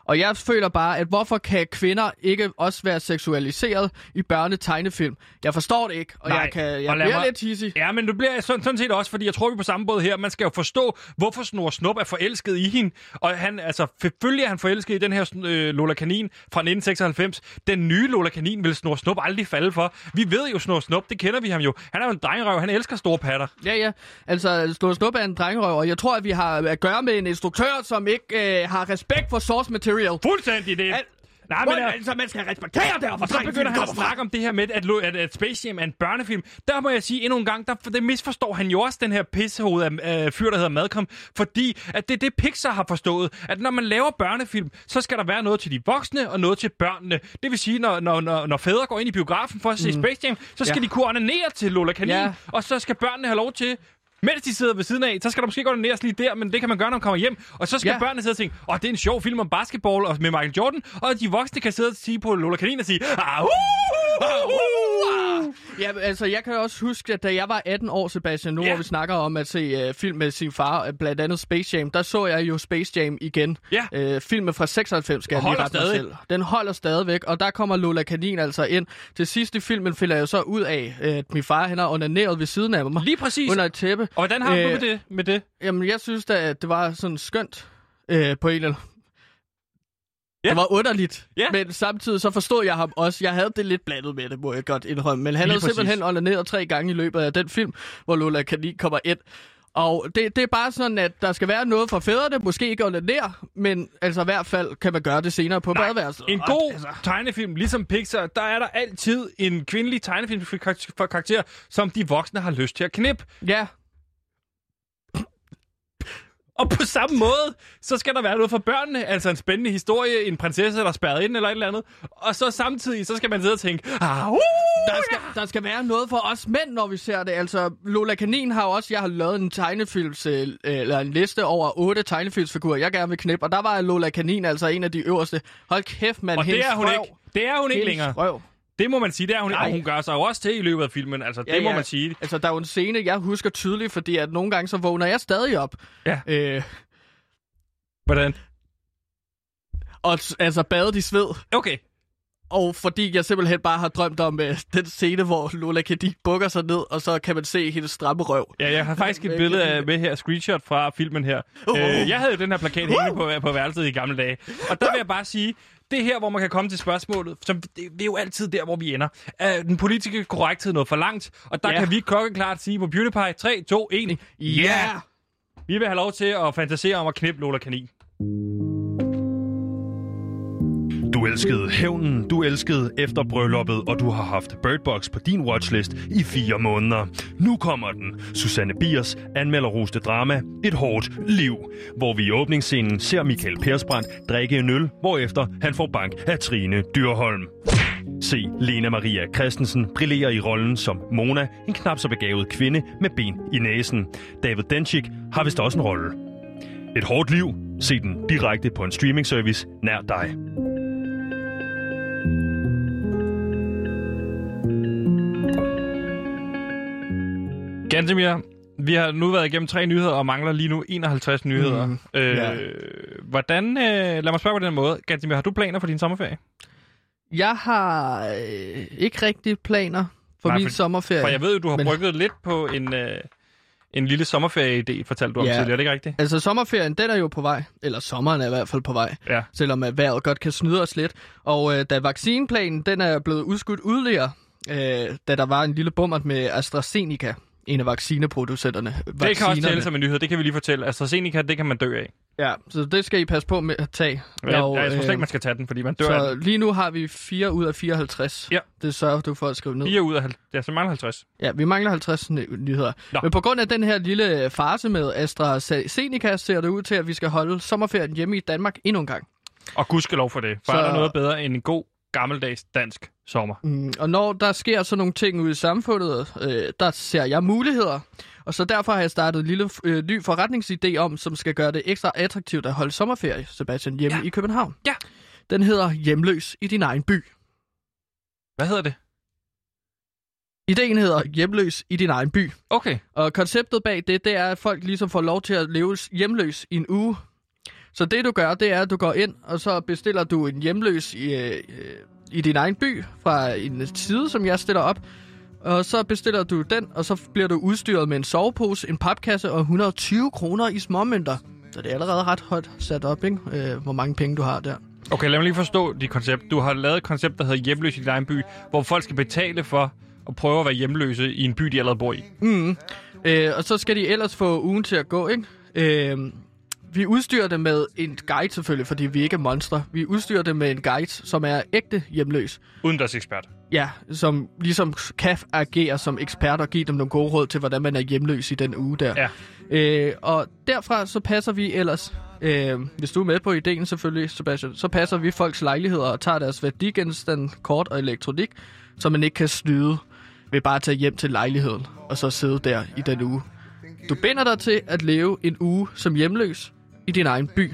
Og jeg føler bare, at hvorfor kan kvinder ikke også være seksualiseret i børnetegnefilm? Jeg forstår det ikke, og Nej, jeg, kan, jeg og lad bliver mig- lidt hissig. Ja, men du bliver sådan, sådan set også, fordi jeg tror, vi er på samme båd her. Man skal jo forstå, hvorfor Snor Snup er forelsket i hende. Og han, altså, selvfølgelig er han forelsket i den her øh, Lola Kanin fra nitten seksoghalvfems. Den nye Lola Kanin vil Snor Snup aldrig falde for. Vi ved jo Snor Snup, det kender vi ham jo. Han er jo en drengerøv, han elsker store patter. Ja, ja. Altså, Snor Snup er en drengerøv, og jeg tror, at vi har at gøre med en instruktør, som ikke øh, har respekt for source material. Fuldstændig det. Al- Nej, men, men, altså, man skal respektere det, og og så begynder han at snakke om det her med, at, at, at Space Jam er en børnefilm. Der må jeg sige endnu en gang, der det misforstår han jo også den her pissehoved af øh, fyr, der hedder Malcolm. Fordi at det er det, Pixar har forstået. At når man laver børnefilm, så skal der være noget til de voksne og noget til børnene. Det vil sige, når, når, når, når fædre går ind i biografen for at se mm. Space Jam, så skal Ja. de kunne onanere til Lola Kanin. Ja. Og så skal børnene have lov til... Mens de sidder ved siden af, så skal der måske godt onaneres lige der, men det kan man gøre, når man kommer hjem. Og så skal Ja. børnene sidde og tænke, åh, det er en sjov film om basketball og med Michael Jordan. Og de voksne kan sidde og sige på Lola Kanin og sige, ah, uh, uh, uh, uh. Ja, altså, jeg kan også huske, at da jeg var atten år, Sebastian, nu Ja. hvor vi snakker om at se uh, film med sin far, uh, blandt andet Space Jam, der så jeg jo Space Jam igen. Ja. Uh, filmen fra seksoghalvfems, skal Og jeg lige holder rette mig stadig. selv. Den holder stadigvæk, og der kommer Lola Kanin altså ind. Til sidst i filmen finder jeg jo så ud af, at min far han har onaneret ved siden af mig. Lige præcis. Under et tæppe. Og hvordan har du Øh, med det? Med det? Jamen, jeg synes da, at det var sådan skønt øh, på en eller anden... Ja. Det var underligt, Ja. men samtidig så forstod jeg ham også. Jeg havde det lidt blandet med det, må jeg godt indrømme. Men han Lige havde præcis. simpelthen onaneret tre gange i løbet af den film, hvor Lola Kanin kommer ind. Og det, det er bare sådan, at der skal være noget for fædrene, måske ikke onanere, men altså i hvert fald kan man gøre det senere på badeværelset. En Og god altså, tegnefilm, ligesom Pixar, der er der altid en kvindelig tegnefilmskarakter, som de voksne har lyst til at knippe. ja, Og på samme måde, så skal der være noget for børnene, altså en spændende historie, en prinsesse, der er spærret ind eller et eller andet. Og så samtidig, så skal man sidde og tænke, ah, uh, der skal, der skal være noget for os mænd, når vi ser det. Altså, Lola Kanin har også, jeg har lavet en tegnefilms, øh, eller en liste over otte tegnefilmsfigurer, jeg gerne vil knippe. Og der var Lola Kanin altså en af de øverste. Hold kæft, mand. og det er hun røv. ikke. Det er hun ikke Hendes længere. Røv. Det må man sige, det er hun ikke. Nej. Og hun gør sig jo også til i løbet af filmen, altså Ja, det må ja. man sige. Altså, der er jo en scene, jeg husker tydeligt, fordi at nogle gange så vågner jeg stadig op. Ja. Øh, Hvordan? og s- altså badet i sved. Okay. Og fordi jeg simpelthen bare har drømt om øh, den scene, hvor Lola Kanin bukker sig ned, og så kan man se hendes stramme røv. Ja, jeg har faktisk et Jeg billede kan- af med her, screenshot fra filmen her. Uh. Øh, jeg havde jo den her plakat hængende på, på værelset i gamle dage. Og der vil jeg bare sige, det er her, hvor man kan komme til spørgsmålet, som det, det er jo altid der, hvor vi ender. Er den politiske korrekthed noget for langt? Og der Ja. kan vi klokkeklart sige på PewDiePie tre, to, et. Ja! Vi vil have lov til at fantasere om at knippe Lola Kanin. Du elskede hævnen, du elskede efter brylluppet, og du har haft Bird Box på din watchlist i fire måneder. Nu kommer den. Susanne Biers anmelderroste drama Et hårdt liv, hvor vi i åbningsscenen ser Michael Persbrandt drikke en øl, hvorefter han får bank af Trine Dyrholm. Se Lena Maria Christensen brillere i rollen som Mona, en knap så begavet kvinde med ben i næsen. David Dencik har vist også en rolle. Et hårdt liv. Se den direkte på en streamingservice nær dig. Gantemir, vi har nu været igennem tre nyheder og mangler lige nu enoghalvtreds nyheder. Mm, øh, ja. Hvordan, øh, lad mig spørge på den måde. Gantemir, har du planer for din sommerferie? Jeg har øh, ikke rigtig planer for Nej, min for- sommerferie. For jeg ved jo, du har Men- brygget lidt på en, øh, en lille sommerferie-idé, fortalte du om Ja. tidligere. Er det ikke rigtigt? Altså, sommerferien, den er jo på vej. Eller sommeren er i hvert fald på vej. Ja. Selvom at vejret godt kan snyde os lidt. Og øh, da vaccineplanen, den er blevet udskudt yderligere, øh, da der var en lille bummert med AstraZeneca, en af vaccineproducenterne. Det kan også tælle som en nyhed. Det kan vi lige fortælle. AstraZeneca, det kan man dø af. Ja, så det skal I passe på med at tage. Jeg, Og, jeg, jeg tror slet øh, ikke, man skal tage den, fordi man dør af Så den. lige nu har vi fire ud af fireoghalvtreds. Ja. Det sørger du for at skrive ned. fire ud af halvtreds. Ja, så mangler halvtreds. Ja, vi mangler halvtreds ny- nyheder. Nå. Men på grund af den her lille farce med AstraZeneca, ser det ud til, at vi skal holde sommerferien hjemme i Danmark endnu en gang. Og gudskelov for det. For Så- er der noget bedre end en god, gammeldags dansk sommer? Mm, og når der sker sådan nogle ting ude i samfundet, øh, der ser jeg muligheder. Og så derfor har jeg startet en lille øh, ny forretningsidé om, som skal gøre det ekstra attraktivt at holde sommerferie, Sebastian, hjemme Ja. i København. Ja. Den hedder Hjemløs i din egen by. Hvad hedder det? Ideen hedder Hjemløs i din egen by. Okay. Og konceptet bag det, det er, at folk ligesom får lov til at leve hjemløs i en uge. Så det du gør, det er, at du går ind, og så bestiller du en hjemløs i, øh, i din egen by fra en side, som jeg stiller op. Og så bestiller du den, og så bliver du udstyret med en sovepose, en papkasse og et hundrede og tyve kroner i småmønter. Så det er allerede ret højt sat op, ikke? Øh, hvor mange penge du har der. Okay, lad mig lige forstå dit koncept. Du har lavet et koncept, der hedder hjemløs i din egen by, hvor folk skal betale for at prøve at være hjemløse i en by, de allerede bor i. Mm. Øh, og så skal de ellers få ugen til at gå, ikke? Øh, vi udstyrer det med en guide selvfølgelig, fordi vi ikke er monstre. Vi udstyrer det med en guide, som er ægte hjemløs. Udendørs ekspert. Ja, som ligesom kan agere som ekspert og give dem nogle gode råd til, hvordan man er hjemløs i den uge der. Ja. Øh, og derfra så passer vi ellers, øh, hvis du er med på ideen selvfølgelig, Sebastian, så passer vi folks lejligheder og tager deres værdigenstand, kort og elektronik, så man ikke kan snyde ved bare at tage hjem til lejligheden og så sidde der i den uge. Du binder dig til at leve en uge som hjemløs i din egen by.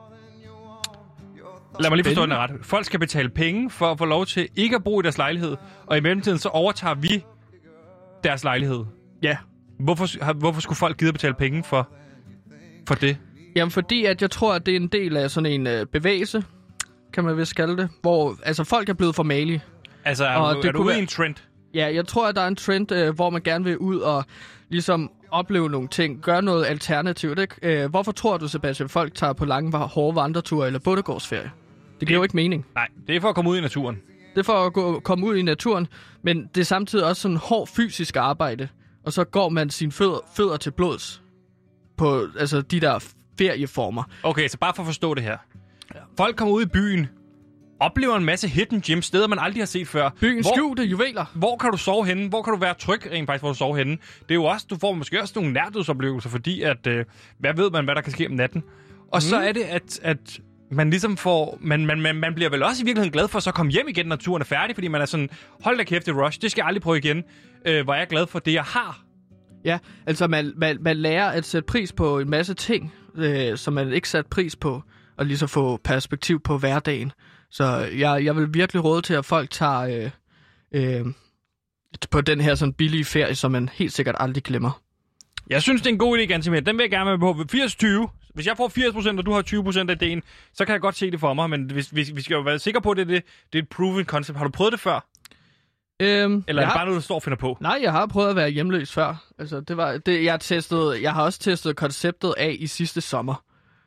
Lad mig lige forstå den ret. Folk skal betale penge for at få lov til ikke at bo i deres lejlighed, og i mellemtiden så overtager vi deres lejlighed. Ja. Hvorfor, hvorfor skulle folk gide at betale penge for, for det? Jamen fordi, at jeg tror, at det er en del af sådan en øh, bevægelse, kan man vist kalde det, hvor altså, folk er blevet for malige. Altså, er Og du, det er du kunne ude i være- en trend? Ja, jeg tror, at der er en trend, øh, hvor man gerne vil ud og ligesom opleve nogle ting, gøre noget alternativt, ikke? Øh, hvorfor tror du, Sebastian, folk tager på lange, hårde vandreture eller bondegårdsferie? Det giver jo ikke mening. Nej, det er for at komme ud i naturen. Det er for at gå, komme ud i naturen, men det er samtidig også sådan hård fysisk arbejde. Og så går man sine fødder, fødder til blods på altså, de der ferieformer. Okay, så bare for at forstå det her. Folk kommer ud i byen, oplever en masse hidden gems, steder man aldrig har set før. Byens Hvor- skjulte juveler. Hvor kan du sove henne? Hvor kan du være tryg rent faktisk, hvor du sover henne? Det er jo også, du får måske også nogle nærdødsoplevelser, fordi at, øh, hvad ved man, hvad der kan ske om natten? Og mm. så er det, at, at man ligesom får, man, man, man, man bliver vel også i virkeligheden glad for at så komme hjem igen, når turen er færdig, fordi man er sådan, hold da kæft, det er rush, det skal jeg aldrig prøve igen. Øh, hvor jeg er glad for det, jeg har. Ja, altså man, man, man lærer at sætte pris på en masse ting, øh, som man ikke sat pris på, og lige så få perspektiv på hverdagen. Så jeg, jeg vil virkelig råde til, at folk tager øh, øh, på den her sådan billige ferie, som man helt sikkert aldrig glemmer. Jeg synes, det er en god idé, Gansimir. Den vil jeg gerne være med på. firs tyve. Hvis jeg får firs procent, og du har tyve procent af ideen, så kan jeg godt se det for mig. Men hvis, hvis, vi skal jo være sikre på, at det, det, det er et proven concept. Har du prøvet det før? Øhm, Eller er det har, bare noget, du står og finder på? Nej, jeg har prøvet at være hjemløs før. Altså, det var, det, jeg, testede, jeg har også testet konceptet af i sidste sommer.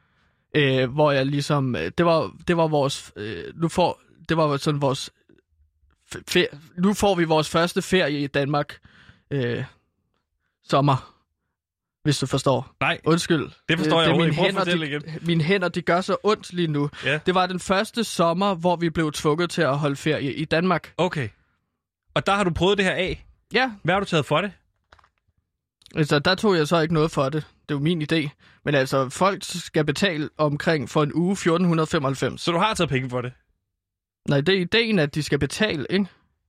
Øh, hvor jeg ligesom... øh, Det var, det var vores... Øh, nu får, det var sådan vores... Fer, nu får vi vores første ferie i Danmark. Øh, sommer. Hvis du forstår. Nej, Undskyld. det forstår Øh, jeg det, overhovedet mine ikke. Prøv at hænder, fortælle de, igen. mine hænder, de gør så ondt lige nu. Ja. Det var den første sommer, hvor vi blev tvunget til at holde ferie i Danmark. Okay. Og der har du prøvet det her af. Ja, Hvad har du taget for det? altså der tog jeg så ikke noget for det. Det var min idé. Men altså, folk skal betale omkring for en uge fjorten femoghalvfems. Så du har taget penge for det? Nej, det er ideen, at de skal betale, ikke?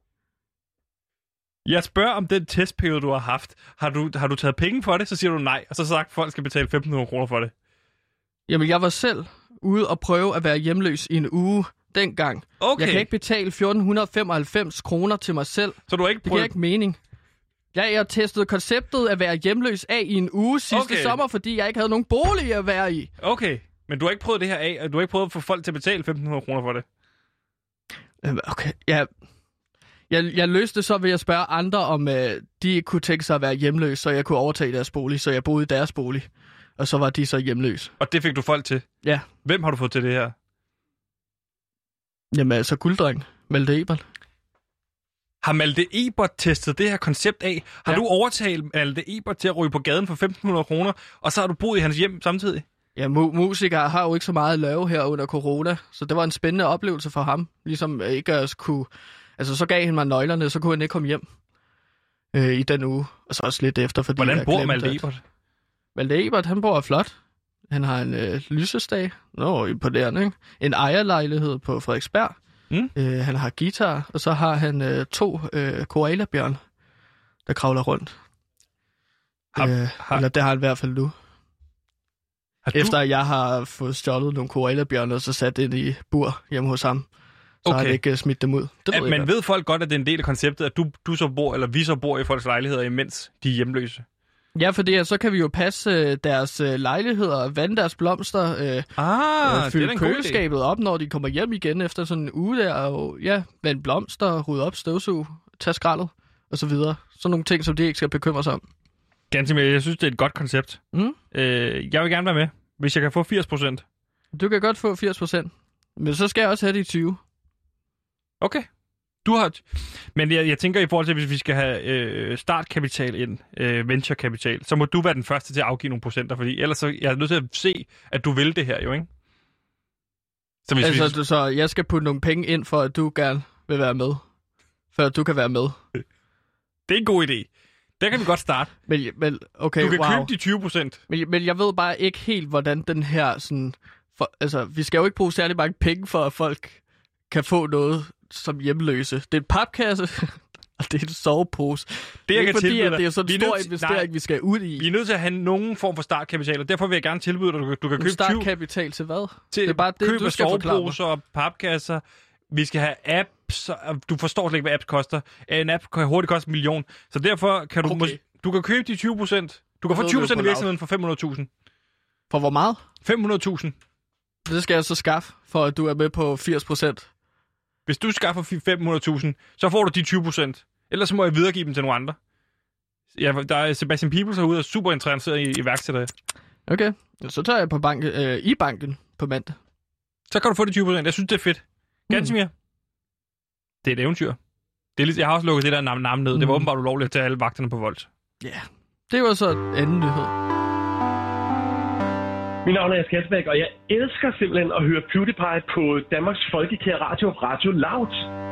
Jeg spørger om den testperiode, du har haft. Har du, har du taget penge for det? Så siger du nej, og så sagt, at folk skal betale femten hundrede kroner for det. Jamen, jeg var selv ude og prøve at være hjemløs i en uge dengang. Okay. Jeg kan ikke betale fjorten femoghalvfems kroner til mig selv. Så du har ikke Det giver prøvet... ikke mening. Ja, jeg testede konceptet at være hjemløs af i en uge sidste Okay. sommer, fordi jeg ikke havde nogen bolig at være i. Okay, men du har ikke prøvet det her af, og du har ikke prøvet at få folk til at betale femten hundrede kroner for det. Øhm, Okay, ja. Jeg, jeg løste det så ved at spørge andre, om øh, de ikke kunne tænke sig at være hjemløse, så jeg kunne overtage deres bolig, så jeg boede i deres bolig. Og så var de så hjemløse. Og det fik du folk til. Ja. Hvem har du fået til det her? Jamen altså, gulddreng. Malte Ebert. Har Malte Ebert testet det her koncept af? Har Ja. du overtalt Malte Ebert til at ryge på gaden for femten hundrede kroner, og så har du boet i hans hjem samtidig? Ja, mu- musikere har jo ikke så meget at lave her under corona, så det var en spændende oplevelse for ham. Ligesom øh, ikke at kunne... Altså, så gav han mig nøglerne, så kunne han ikke komme hjem øh, i den uge. Og så også lidt efter, fordi Hvordan jeg bor glemte, Malte at- Ebert? Malte Ebert, han bor flot. Han har en øh, lysestage. Nå, imponerende, ikke? En ejerlejlighed på Frederiksberg. Mm. Øh, han har guitar, og så har han øh, to øh, koalabjørn, der kravler rundt. Har- øh, har- Eller det har han i hvert fald nu. Har du... Efter jeg har fået stjålet nogle koalabjørne og så sat ind i bur hjemme hos ham, så har Okay. han ikke uh, smidt dem ud. Det At, ved jeg men godt. ved folk godt, at det er en del af konceptet, at du, du så bor, eller vi så bor i folks lejligheder, imens de er hjemløse? Ja, fordi så kan vi jo passe øh, deres øh, lejligheder, vande deres blomster, øh, Ah, øh, fylde køleskabet op, når de kommer hjem igen efter sådan en uge der, og ja, vande blomster, rydde op, støvsuge, tage skraldet, og så videre. Sådan nogle ting, som de ikke skal bekymre sig om. Ganske mere. Jeg synes, det er et godt koncept. Mm? Øh, jeg vil gerne være med, hvis jeg kan få firs procent. Du kan godt få firs procent, men så skal jeg også have de tyve. Okay. Du har... Men jeg, jeg tænker i forhold til, hvis vi skal have øh, startkapital ind, øh, venturekapital, så må du være den første til at afgive nogle procenter, fordi ellers så jeg er nødt til at se, at du vil det her jo, ikke? Så, hvis Altså, vi... du, så jeg skal putte nogle penge ind, for at du gerne vil være med. For at du kan være med. Det er en god idé. Der kan vi godt starte. Men, men okay, du kan wow. købe de tyve procent. Men, men jeg ved bare ikke helt, hvordan den her sådan... For, altså, vi skal jo ikke bruge særlig mange penge, for at folk kan få noget som hjemløse. Det er en papkasse, og det er en sovepose. Det er Det, jeg ikke kan fordi, at dig, det er sådan en vi er stor nødt til- investering, nej, vi skal ud i. Vi er nødt til at have nogen form for startkapital, og derfor vil jeg gerne tilbyde dig, at du, kan- du kan En købe tyve startkapital til hvad? til det er bare det, køb du af skal forklare mig. soveposer og papkasser. Vi skal have apps. og Du forstår slet ikke, hvad apps koster. En app kan hurtigt koste en million. Så derfor kan du... Okay. Mås- du kan købe de tyve procent. Du kan Jeg få ved tyve det procent jo af på virksomheden for fem hundrede tusind. For hvor meget? fem hundrede tusind. Det skal jeg så skaffe, for at du er med på firs procent. Hvis du skaffer fem hundrede tusind, så får du de tyve procent. Ellers så må jeg videregive dem til nogle andre. Ja, der er Sebastian Peebles herude og er super interesseret i iværksættere. Okay, så tager jeg på bank, øh, i banken på mandag. Så kan du få de tyve procent. Jeg synes, det er fedt. Gansimir. Mm. Det er et eventyr. Det er lidt, jeg har også lukket det der navn, navn ned. Mm. Det var åbenbart ulovligt at tage alle vagterne på Volt. Ja, yeah. Det var så en anden nyhed. Mit navn er Jes Kasbæk, og jeg elsker simpelthen at høre PewDiePie på Danmarks Folkekære Radio, Radio Loud.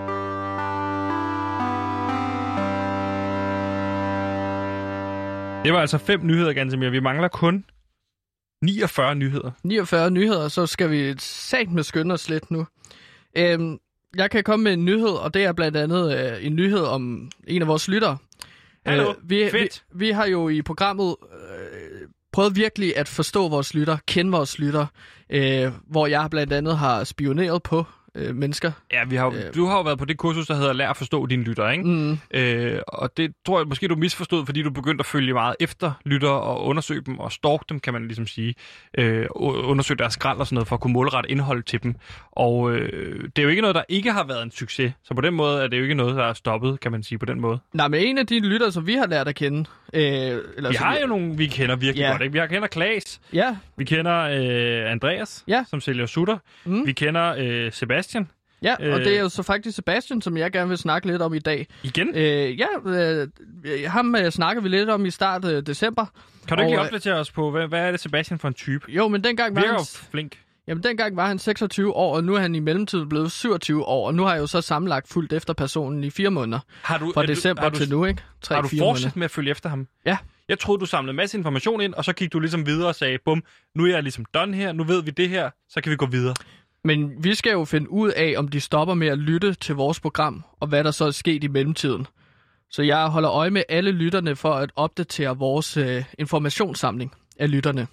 Det var altså fem nyheder, Gansimir. Vi mangler kun niogfyrre nyheder. niogfyrre nyheder, så skal vi sat med skynde os lidt nu. Øhm, jeg kan komme med en nyhed, og det er blandt andet øh, en nyhed om en af vores lyttere. Hallo, øh, vi, fedt. Vi, vi har jo i programmet øh, prøvet virkelig at forstå vores lytter, kende vores lytter, øh, hvor jeg blandt andet har spioneret på øh, mennesker. Ja, vi har, Øh. du har jo været på det kursus, der hedder Lær at forstå dine lytter, ikke? Mm. Øh, og det tror jeg måske, du misforstod, fordi du begyndte at følge meget efter lytter og undersøge dem og stalke dem, kan man ligesom sige. Øh, undersøge deres skrald og sådan noget, for at kunne målrette indhold til dem. Og øh, det er jo ikke noget, der ikke har været en succes. Så på den måde er det jo ikke noget, der er stoppet, kan man sige på den måde. Nej, men en af de lytter, som vi har lært at kende... Øh, eller Vi som har jo nogle, vi kender virkelig Ja. godt, ikke? Vi har kender Klaas, Ja, vi kender øh, Andreas, Ja. som sælger sutter. Mm. Vi kender øh, Sebastian. ja og Øh. det er jo så faktisk Sebastian, som jeg gerne vil snakke lidt om i dag. Igen. Øh, ja, øh, ham øh, snakker vi lidt om i start øh, december. Kan du ikke lige og, øh, opdatere os på, hvad, hvad er det Sebastian for en type? Jo, men dengang var, Virker han, jo flink. jamen, dengang var han seksogtyve år, og nu er han i mellemtiden blevet syvogtyve år, og nu har jeg jo så sammenlagt fulgt efter personen i fire måneder. Har du, Fra er du- december har du, til nu, ikke? tre Har du fire fortsat måneder. med at følge efter ham? Ja. Jeg troede, du samlede en masse information ind, og så gik du ligesom videre og sagde, bum, nu er jeg ligesom done her, nu ved vi det her, så kan vi gå videre. Men vi skal jo finde ud af, om de stopper med at lytte til vores program, og hvad der så er sket i mellemtiden. Så jeg holder øje med alle lytterne for at opdatere vores øh, informationssamling af lytterne.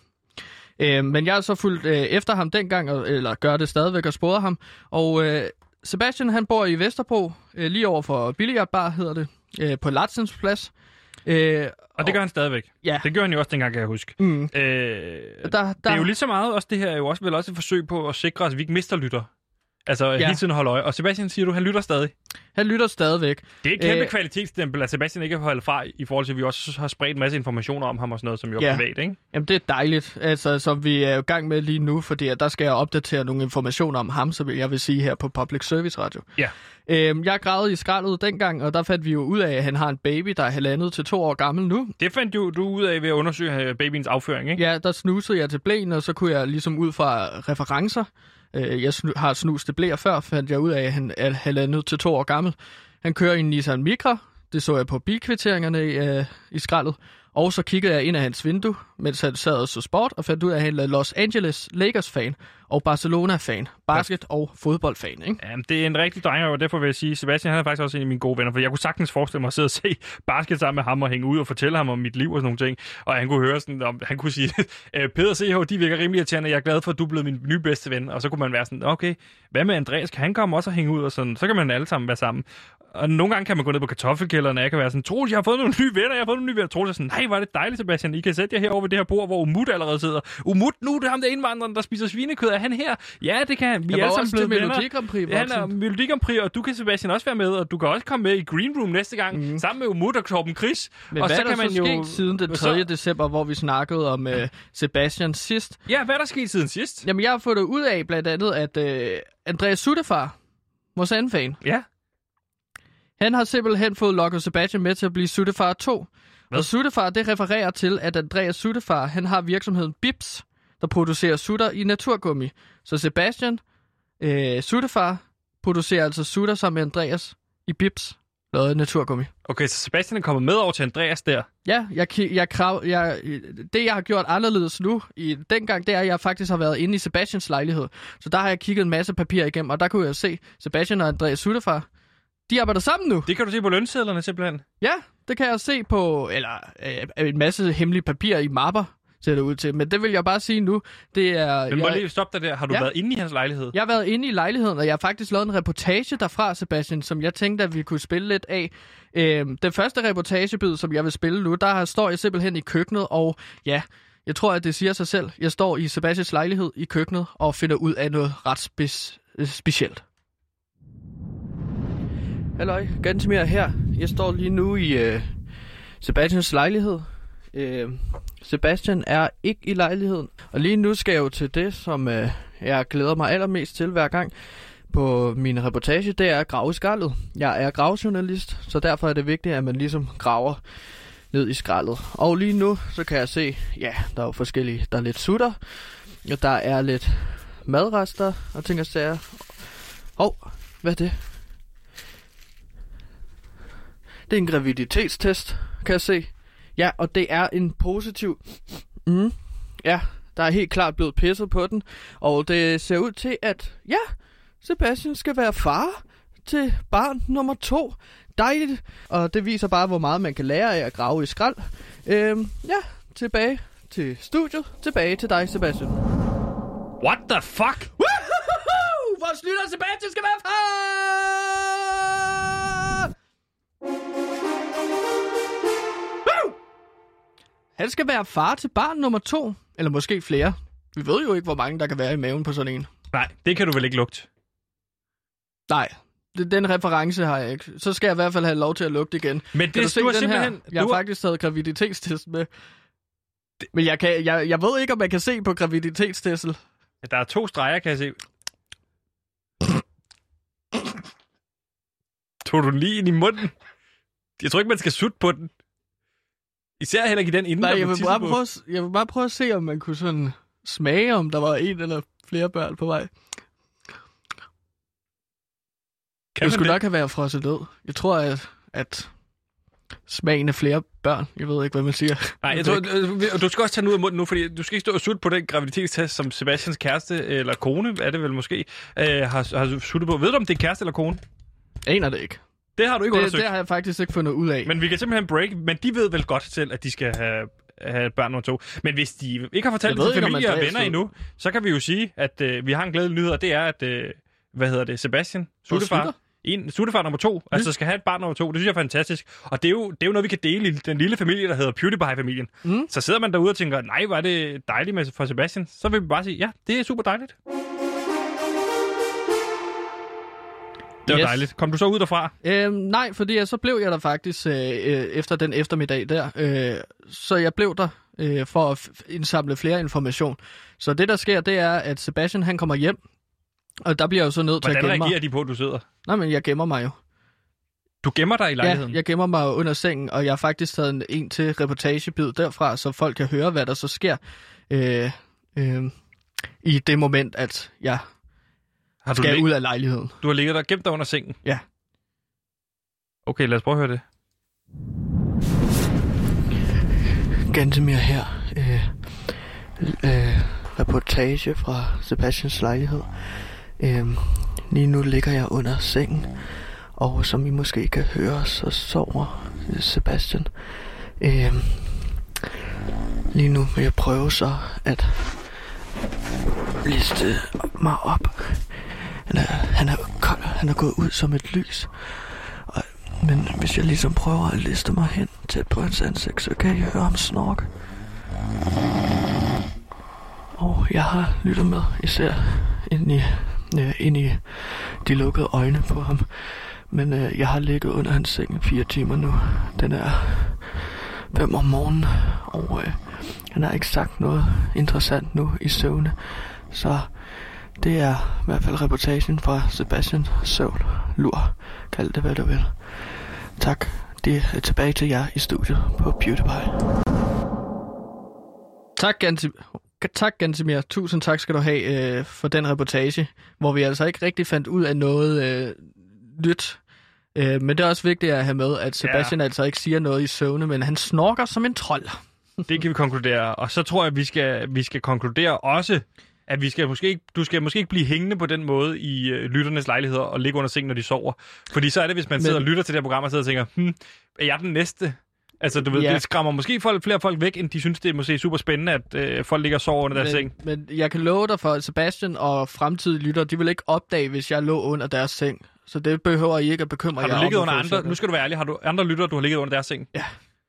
Øh, men jeg har så fulgt øh, efter ham dengang, og, eller gør det stadigvæk og sporer ham. Og øh, Sebastian, han bor i Vesterbro, øh, lige over for Billiardbar hedder det, øh, på Latsens Plads. Øh, Og det gør han stadigvæk. Ja. Det gør han jo også dengang, kan jeg huske. Mm. Øh, Der, der, det er jo lige så meget, også det her er jo også vel også et forsøg på at sikre, at vi ikke mister lytter. Altså ja. Ja. hele tiden holde øje. Og Sebastian siger du, han lytter stadig. Han lytter stadigvæk. Det er et kæmpe Øh, kvalitetsstempel, at Sebastian ikke har holdt fra, i forhold til, at vi også har spredt en masse informationer om ham og sådan noget, som jo er Ja. privat, ikke? Jamen, det er dejligt, altså, som vi er i gang med lige nu, fordi at der skal jeg opdatere nogle informationer om ham, som jeg vil sige her på Public Service Radio. Ja. Øhm, jeg gravede i skraldet dengang, og der fandt vi jo ud af, at han har en baby, der er halvandet til to år gammel nu. Det fandt du, du ud af ved at undersøge øh, babyens afføring, ikke? Ja, der snusede jeg til blæen, og så kunne jeg ligesom ud fra referencer, øh, jeg snu- har snus til blæer før, fandt jeg ud af, at han er halvandet til to år gammel. Han kører i en Nissan Micra, det så jeg på bilkvitteringerne i, øh, i skraldet. Og så kiggede jeg ind af hans vindue, mens han sad og så sport, og fandt ud af, at han er Los Angeles Lakers-fan og Barcelona-fan. Basket- og fodboldfan, ikke? Ja, det er en rigtig dreng, og derfor vil jeg sige, Sebastian han er faktisk også en af mine gode venner, for jeg kunne sagtens forestille mig at sidde og se basket sammen med ham og hænge ud og fortælle ham om mit liv og sådan nogle ting. Og han kunne høre sådan, om, han kunne sige, Peder C H, de virker rimelig irriterende, jeg er glad for, at du er blevet min nye bedste ven. Og så kunne man være sådan, okay, hvad med Andreas, kan han komme også og hænge ud og sådan, så kan man alle sammen være sammen. Og nogle gange kan man gå ned på kartoffelkælderen, og jeg kan være sådan, Troels, jeg har fået nogle nye venner, jeg har fået nogle nye venner. Troels er sådan, nej, hvor er det dejligt, Sebastian. I kan sætte jer herovre ved det her bord, hvor Umut allerede sidder. Umut, nu er det ham der indvandreren, der spiser svinekød. Er han her? Ja, det kan han. Vi jeg er alle også sammen blevet venner. Melodi Grand Prix, ja, han er Melodi Grand Prix, og du kan, Sebastian, også være med, og du kan også komme med i Green Room næste gang, mm. sammen med Umut og Torben Chris. Men og hvad så er der kan man så jo... sket siden den tredje december, hvor vi snakkede om uh, Sebastian sidst? Ja, hvad er der sket siden sidst? Jamen, jeg har fået det ud af blandt andet, at uh, Andreas Suttefar, vores anden fan, ja. han har simpelthen fået lukket Sebastian med til at blive Suttefar to. Hvad? Og Suttefar, det refererer til, at Andreas Suttefar, han har virksomheden Bips, der producerer sutter i naturgummi. Så Sebastian øh, Suttefar producerer altså sutter sammen med Andreas i Bips, lavet naturgummi. Okay, så Sebastian er kommet med over til Andreas der? Ja, jeg, jeg, krav, jeg, det jeg har gjort anderledes nu, i dengang, det er, at jeg faktisk har været inde i Sebastians lejlighed. Så der har jeg kigget en masse papir igennem, og der kunne jeg se, Sebastian og Andreas Suttefar, de arbejder sammen nu. Det kan du se på lønsedlerne simpelthen? Ja, det kan jeg se på, eller øh, en masse hemmelige papirer i mapper, ser det ud til. Men det vil jeg bare sige nu, det er... Men må jeg, lige stoppe dig der. Har du ja. været inde i hans lejlighed? Jeg har været inde i lejligheden, og jeg har faktisk lavet en reportage derfra, Sebastian, som jeg tænkte, at vi kunne spille lidt af. Øhm, den første reportagebid, som jeg vil spille nu, der står jeg simpelthen i køkkenet, og ja, jeg tror, at det siger sig selv. Jeg står i Sebastians lejlighed i køkkenet og finder ud af noget ret spe- specielt. Halløj, Gantemir her. Jeg står lige nu i øh, Sebastians lejlighed. Øh, Sebastian er ikke i lejligheden. Og lige nu skal jeg jo til det, som øh, jeg glæder mig allermest til hver gang på min reportage. Det er at grave i skraldet. Jeg er gravejournalist, så derfor er det vigtigt, at man ligesom graver ned i skraldet. Og lige nu, så kan jeg se, ja, der er jo forskellige. Der er lidt sutter, og der er lidt madrester og ting og sager. Hov, hvad er det? Det er en graviditetstest, kan jeg se. Ja, og det er en positiv... Mm. Ja, der er helt klart blevet pisset på den. Og det ser ud til, at ja, Sebastian skal være far til barn nummer to. Dejligt. Og det viser bare, hvor meget man kan lære af at grave i skrald. Øhm, ja, tilbage til studiet. Tilbage til dig, Sebastian. What the fuck? Woohoo! Vores lytter Sebastian skal være far! Han skal være far til barn nummer to. Eller måske flere. Vi ved jo ikke, hvor mange der kan være i maven på sådan en. Nej, det kan du vel ikke lugte? Nej, den reference har jeg ikke. Så skal jeg i hvert fald have lov til at lugte igen. Men det, du, du har simpelthen... Her? Jeg har har... faktisk taget graviditetstest med. Men jeg, kan, jeg, jeg ved ikke, om man kan se på graviditetstestet. Ja, der er to streger, kan jeg se. Tog du den lige ind i munden? Jeg tror ikke, man skal sutte på den. Især heller ikke den inden. Nej, jeg vil, bare prøve, jeg vil bare prøve at se, om man kunne sådan smage, om der var en eller flere børn på vej. Kan det skulle det? nok have været frosset ned. Jeg tror, at, at smagen af flere børn. Jeg ved ikke, hvad man siger. Nej, jeg tror, du skal også tage den ud af munden nu, fordi du skal ikke stå og sutte på den graviditetstest, som Sebastians kæreste eller kone, er det vel måske, øh, har, har suttet på. Ved du, om det er kæreste eller kone? Aner det ikke. Det har du ikke det, undersøgt. Det har jeg faktisk ikke fundet ud af. Men vi kan simpelthen break, men de ved vel godt selv, at de skal have, have børn nummer to. Men hvis de ikke har fortalt det til familie og venner endnu, så kan vi jo sige, at øh, vi har en glædelig nyhed, og det er, at, øh, hvad hedder det, Sebastian, suttefar, en suttefar nummer to, mm. altså skal have et barn nummer to. Det synes jeg er fantastisk. Og det er jo, det er jo noget, vi kan dele i den lille familie, der hedder PewDiePie-familien. Mm. Så sidder man derude og tænker, nej, hvor er det dejligt med for Sebastian. Så vil vi bare sige, ja, det er super dejligt. Det var yes. dejligt. Kom du så ud derfra? Øhm, nej, fordi så blev jeg der faktisk øh, efter den eftermiddag der. Øh, så jeg blev der øh, for at indsamle flere information. Så det, der sker, det er, at Sebastian han kommer hjem, og der bliver jeg jo så nødt til at gemme mig. Hvordan reagerer de på, at du sidder? Nej, men jeg gemmer mig jo. Du gemmer dig i lejligheden? Ja, jeg gemmer mig under sengen, og jeg har faktisk taget en, en til reportagebid derfra, så folk kan høre, hvad der så sker øh, øh, i det moment, at jeg... Har du skal lig- ud af lejligheden. Du har ligget der gemt dig under sengen? Ja. Okay, lad os prøve at høre det. Gantemir her. Øh, øh, reportage fra Sebastians lejlighed. Øh, lige nu ligger jeg under sengen, og som I måske kan høre, så sover Sebastian. Øh, lige nu vil jeg prøve så at liste mig op. Han er, han er kold, han er gået ud som et lys. Og Men hvis jeg ligesom prøver at liste mig hen tæt på hans ansigt, så kan I høre ham snorke. Og jeg har lyttet med, især ind i, øh, ind i de lukkede øjne på ham. Men øh, jeg har ligget under hans seng i fire timer nu. Den er fem om morgenen, og øh, han har ikke sagt noget interessant nu i søvne. Så det er i hvert fald reportagen fra Sebastian Søvl. Lur, kald det hvad du vil. Tak. Det er tilbage til jer i studiet på PewDiePie. Tak, Gantim. Tak, Gantimir. Tusind tak skal du have øh, for den reportage, hvor vi altså ikke rigtig fandt ud af noget øh, nyt. Øh, men det er også vigtigt at have med, at Sebastian ja. altså ikke siger noget i søvne, men han snorker som en trold. Det kan vi konkludere. Og så tror jeg, at vi skal, vi skal konkludere også, at vi skal måske ikke, du skal måske ikke blive hængende på den måde i øh, lytternes lejligheder og ligge under sengen, når de sover. Fordi så er det, hvis man men... sidder og lytter til det her program og sidder og tænker, hm, er jeg den næste? Altså, du ved, ja. det skræmmer måske folk, flere folk væk, end de synes, det er måske super spændende, at øh, folk ligger og sover under deres seng. Men jeg kan love dig for, at Sebastian og fremtidige lyttere, de vil ikke opdage, hvis jeg lå under deres seng. Så det behøver I ikke at bekymre jer om. Har du ligget under andre? Nu skal du være ærlig. Har du andre lyttere, du har ligget under deres seng? Ja.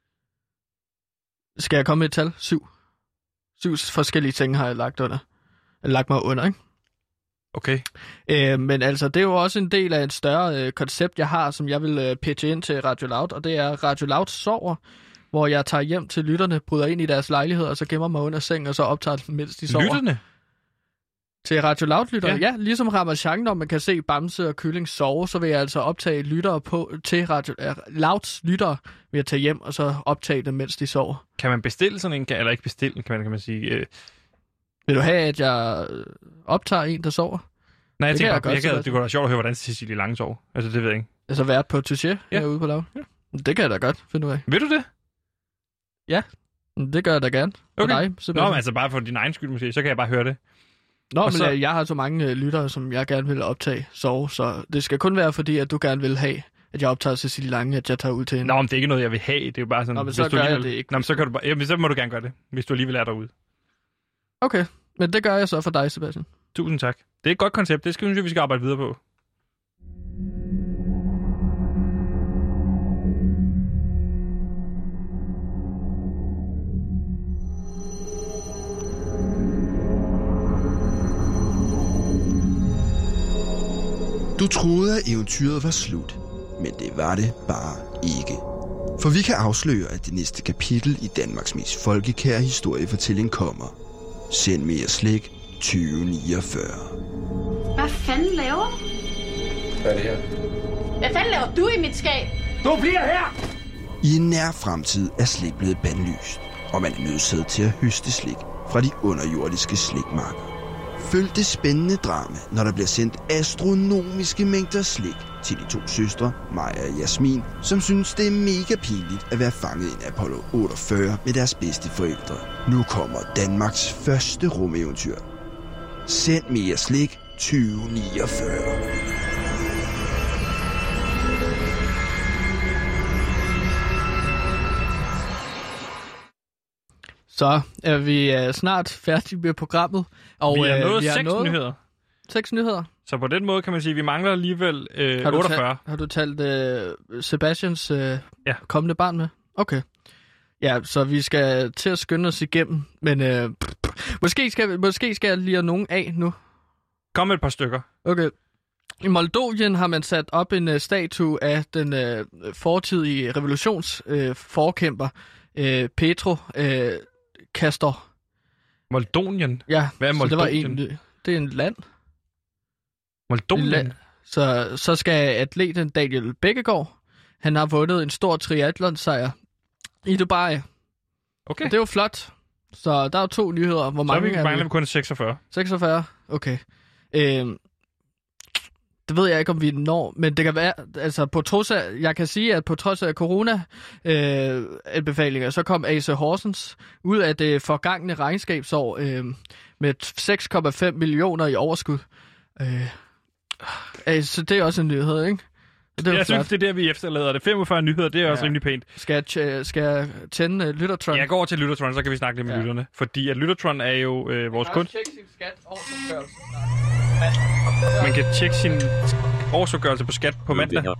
Skal jeg komme med et tal? Syv. Syv forskellige ting har jeg lagt under. Jeg lagt mig under, ikke? Okay. Øh, men altså, det er jo også en del af et større øh, koncept, jeg har, som jeg vil øh, pitche ind til Radio Loud, og det er Radio Loud sover, hvor jeg tager hjem til lytterne, bryder ind i deres lejlighed, og så gemmer mig under sengen, og så optager dem, mens de sover. Lytterne? Til Radio Loud-lyttere? Ja. Ja, ligesom Ramachan, når man kan se Bamse og Kylling sove, så vil jeg altså optage lyttere på, til Radio uh, Louds lyttere, vil jeg tage hjem, og så optage dem, mens de sover. Kan man bestille sådan en, eller ikke bestille, kan man, kan man sige... Øh... Vil du have, at jeg optager en, der sover? Nej, jeg det tænker jeg bare, godt, jeg kan, det kunne være sjovt at høre, hvordan Cecilie Lange sover. Altså, det ved jeg ikke. Altså vært på Touché ja. herude på Loud? Ja. Det kan jeg da godt finde ud af. Ved du det? Ja, det gør jeg da gerne. For okay. dig, Nå, men altså bare for din egen skyld måske, så kan jeg bare høre det. Nå, og men så... jeg har så mange øh, lyttere, som jeg gerne vil optage sove, så det skal kun være fordi, at du gerne vil have, at jeg optager Cecilie Lange, at jeg tager ud til hende. Nå, men det er ikke noget, jeg vil have. Det er jo bare sådan... Nå, men så hvis du gør alligevel... jeg det ikke. Nå, men så, kan du bare... Jamen, så må du gerne gøre det, hvis du alligevel er derude. Okay, men det gør jeg så for dig, Sebastian. Tusind tak. Det er et godt koncept. Det skal vi, vi skal arbejde videre på. Du troede, at eventyret var slut, men det var det bare ikke. For vi kan afsløre, at det næste kapitel i Danmarks mest folkekære historiefortælling kommer. Send mere slik tyve niogfyrre. Hvad fanden laver du? Hvad er det her? Hvad fanden laver du i mit skab? Du bliver her! I en nær fremtid er slik blevet bandlyst, og man er nødsaget til at høste slik fra de underjordiske slikmarker. Følg det spændende drama, når der bliver sendt astronomiske mængder slik til de to søstre, Maja og Jasmin, som synes, det er mega pinligt at være fanget i en Apollo otteogfyrre med deres bedste forældre. Nu kommer Danmarks første rumeventyr. Send mere slik tyve niogfyrre. Så er vi uh, snart færdige med programmet. Og, vi har uh, nået vi har seks nået nyheder. Seks nyheder. Så på den måde kan man sige, at vi mangler alligevel øh, har otteogfyrre. Talt, har du talt uh, Sebastians uh, ja. kommende barn med? Okay. Ja, så vi skal til at skynde os igennem. Men uh, måske, skal, måske skal jeg lige nogen af nu. Kom med et par stykker. Okay. I Moldovien har man sat op en uh, statue af den uh, fortidige revolutionsforkæmper uh, uh, Petro uh, Castor. Moldovien? Ja, hvad er Moldovien? Så det, var en, det er en land. Moldovien? Land. Så, så skal atleten Daniel Bækkegaard, han har vundet en stor triathlon-sejr i Dubai. Okay. Og det er jo flot. Så der er jo to nyheder. Hvor mange så er vi, mangler vi kun seksogfyrre. seksogfyrre? Okay. Øhm, det ved jeg ikke, om vi når, men det kan være, altså på trods af, jeg kan sige, at på trods af corona-anbefalinger, øh, så kom A C Horsens ud af det forgangne regnskabsår øh, med seks komma fem millioner i overskud. Øh, altså, det er også en nyhed, ikke? Det er jeg synes, det er der, vi efterlader det. femogfyrre nyheder, det er ja. også rimelig pænt. Skal jeg, skal jeg tænde uh, Lyttertron? Jeg går over til Lyttertron, så kan vi snakke lidt med ja. lytterne. Fordi at Lyttertron er jo øh, vores kunst. Man kan tjekke sin skat årsopgørelse. Man kan tjekke sin årsopgørelse på skat på mandag. Ja.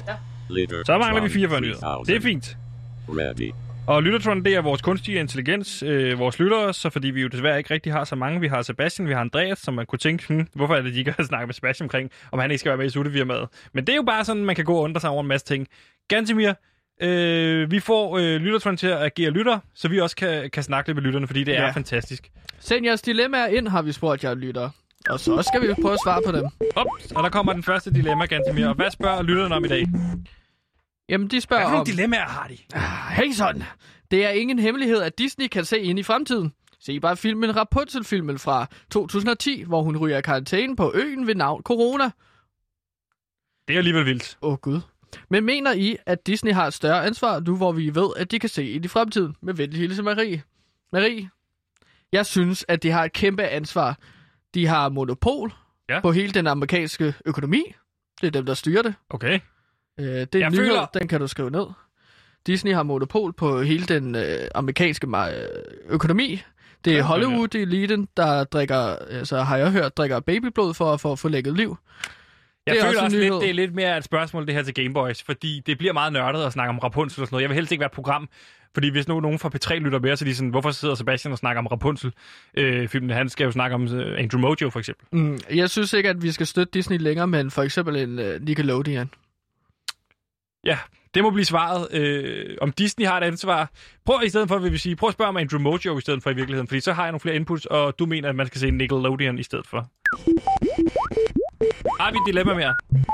Så mangler vi fireogfyrre nyheder. Det er fint. Ready. Og Lyttertron, det er vores kunstige intelligens, øh, vores lyttere, så fordi vi jo desværre ikke rigtig har så mange. Vi har Sebastian, vi har Andreas, som man kunne tænke, hm, hvorfor er det, de ikke har snakket med Sebastian omkring, om han ikke skal være med i Suttefirmaet. Men det er jo bare sådan, man kan gå og undre sig over en masse ting. Gantemir, øh, vi får øh, Lyttertron til at agere lytter, så vi også kan, kan snakke lidt med lytterne, fordi det ja. er fantastisk. Send jeres dilemmaer ind, har vi spurgt jer lyttere. Og så skal vi prøve at svare på dem. Ups, og der kommer den første dilemma, Gantemir. Og hvad spørger lytterne om i dag? Jamen, de spørger om... Hvad for nogle dilemmaer har de? Ah, hey sådan. Det er ingen hemmelighed, at Disney kan se ind i fremtiden. Se bare filmen Rapunzel-filmen fra to tusind og ti, hvor hun ryger i karantæne på øen ved navn Corona. Det er alligevel vildt. Åh oh, gud. Men mener I, at Disney har et større ansvar, nu hvor vi ved, at de kan se ind i fremtiden? Med venlig hilsen Marie. Marie, jeg synes, at de har et kæmpe ansvar. De har monopol ja. på hele den amerikanske økonomi. Det er dem, der styrer det. Okay. Øh, det er en nyhed, føler... den kan du skrive ned. Disney har monopol på hele den øh, amerikanske økonomi. Det er ja, Hollywood-eliten, der drikker, altså har jeg hørt, drikker babyblod for at få forlænget liv. Jeg det føler også, også lidt, det er lidt mere et spørgsmål, det her til Gameboys, fordi det bliver meget nørdet at snakke om Rapunzel og sådan noget. Jeg vil helst ikke være et program, fordi hvis nu nogen fra P tre lytter med, så er de sådan, hvorfor sidder Sebastian og snakker om Rapunzel-filmen? Øh, Han skal jo snakke om uh, Andrew Mojo, for eksempel. Mm, jeg synes ikke, at vi skal støtte Disney længere, men for eksempel en uh, Nickelodeon. Ja, det må blive svaret. Øh, om Disney har et ansvar. Prøv i stedet for, vil vi sige, prøv at spørge om Andrew Mojo i stedet for i virkeligheden, fordi så har jeg nogle flere inputs, og du mener, at man skal se Nickelodeon i stedet for. Har vi et dilemma mere?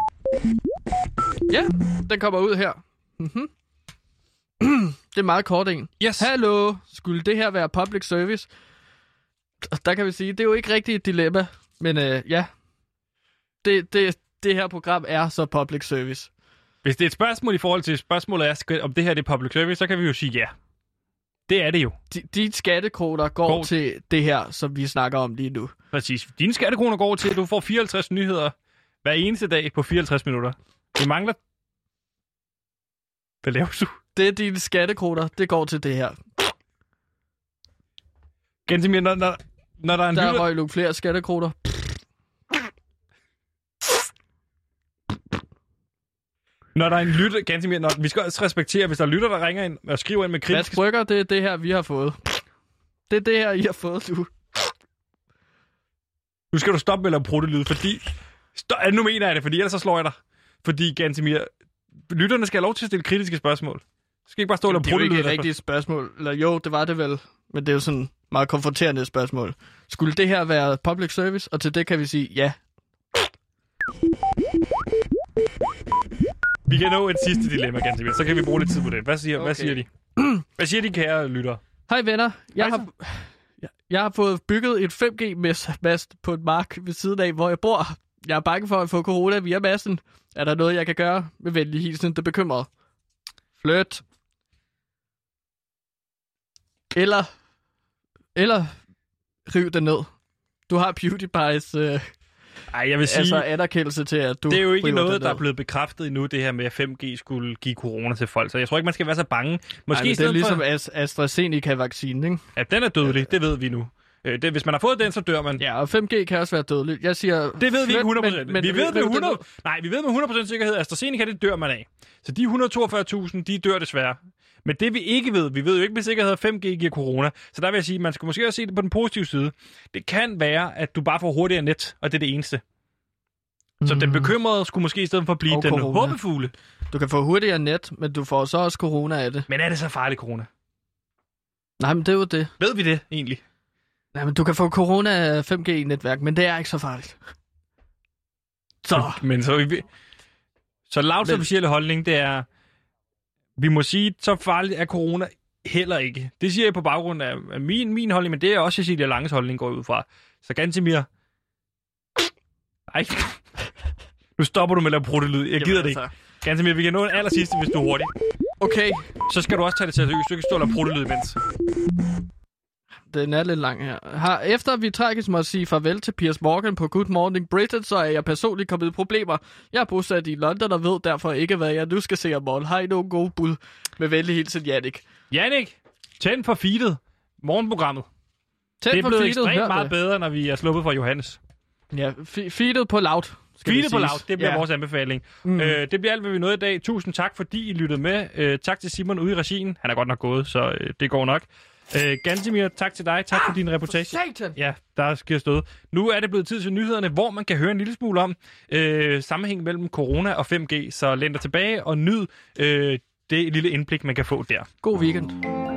Ja, den kommer ud her. Mm-hmm. Det er meget kort en. Yes. Hallo, skulle det her være public service? Der kan vi sige, det er jo ikke rigtig et dilemma, men øh, ja, det, det, det her program er så public service. Hvis det er et spørgsmål i forhold til spørgsmålet er, om det her det er public service, så kan vi jo sige ja. Det er det jo. De, de skattekroner går, går til det her, som vi snakker om lige nu. Præcis. Dine skattekroner går til, at du får fireoghalvtreds nyheder hver eneste dag på fireoghalvtreds minutter. Vi mangler... Hvad laver du? Det er dine skattekroner, det går til det her. Gantemir, når, når, når der er en Der lytter... røg nogle flere skattekroner. Når der er en lytter... Gantemir, når... vi skal også respektere, hvis der er lytter, der ringer ind og skriver ind med kritisk... Hvad brygger, det er det her, vi har fået. Det er det her, I har fået, du. Nu skal du stoppe med at lave pruttelyd, fordi... Stop... Nu mener jeg det, fordi ellers så slår jeg dig. Fordi, Gantemir, lytterne skal have lov til at stille kritiske spørgsmål. Du skal ikke bare stå og lave pruttelyd. Det er jo ikke et rigtigt spørgsmål. Eller jo, det var det vel. Men det er jo sådan meget konfronterende spørgsmål. Skulle det her være public service? Og til det kan vi sige ja. Vi kan nå et sidste dilemma, Gantemir. Så kan vi bruge lidt tid på det. Hvad siger, okay. hvad siger de? Hvad siger de kære lyttere? Hej venner. Jeg har, jeg, jeg har fået bygget et fem G-mast på et mark ved siden af, hvor jeg bor. Jeg er bange for at få corona via massen. Er der noget, jeg kan gøre? Med venlig hilsen, det bekymrer. Flirt. Eller... Eller... Riv den ned. Du har PewDiePie's... Øh, Ej, jeg vil sige... Altså anerkendelse til, at du... Det er jo ikke noget, der er blevet bekræftet endnu, det her med, at fem G skulle give corona til folk. Så jeg tror ikke, man skal være så bange. Måske Ej, det er ligesom for... AstraZeneca-vaccinen, ikke? Ja, den er dødelig. Det ved vi nu. Det, hvis man har fået den, så dør man. Ja, og fem G kan også være dødeligt. Jeg siger... Det ved vi ikke hundrede procent. Men, men, vi ved med hundrede... Nej, vi ved med hundrede procent sikkerhed, at AstraZeneca, det dør man af. Så de et hundrede og toogfyrre tusind, de dør desværre. Men det vi ikke ved, vi ved jo ikke med sikkerhed, at fem G giver corona. Så der vil jeg sige, at man skal måske også se det på den positive side. Det kan være, at du bare får hurtigere net, og det er det eneste. Så mm. den bekymrede skulle måske i stedet for blive og den corona. Håbefugle. Du kan få hurtigere net, men du får så også corona af det. Men er det så farligt, corona? Nej, men det er jo det. Ved vi det egentlig? Nej, men du kan få corona af fem G-netværk, men det er ikke så farligt. Så. Men så... Vi... Så Lauts officielle holdning, det er... Vi må sige, så farligt er corona heller ikke. Det siger jeg på baggrund af min, min holdning, men det er også Cecilia Langes holdning, går ud fra. Så Gantemir... Ej, nu stopper du med at lave pruttelyd. Jeg gider det ikke. Gantemir, vi kan nå en aller sidste, hvis du er hurtig. Okay. Så skal du også tage det seriøst. Du kan stå og lave pruttelyd imens. Den er lidt lang her. Har, efter vi tragisk må sige farvel til Piers Morgan på Good Morning Britain, så er jeg personligt kommet i problemer. Jeg er bosat i London og ved derfor ikke, hvad jeg nu skal se om morgen. Har I nogen gode bud? Med venlig hilsen, Jannik. Jannik, tænd for feedet. Morgenprogrammet. Tænd det er for blevet feedet, ekstremt meget bedre, når vi er sluppet fra Johannes. Ja, f- feedet på loud. Hvile på lav, det bliver ja. vores anbefaling. Mm. Øh, det bliver alt, hvad vi nåede i dag. Tusind tak, fordi I lyttede med. Øh, tak til Simon ude i regien. Han er godt nok gået, så øh, det går nok. Øh, Gantemir, tak til dig. Tak ah, for din reportage. Satan. Ja, der sker stød. Nu er det blevet tid til nyhederne, hvor man kan høre en lille smule om øh, sammenhæng mellem corona og fem G. Så læn dig tilbage og nyd øh, det lille indblik, man kan få der. God weekend.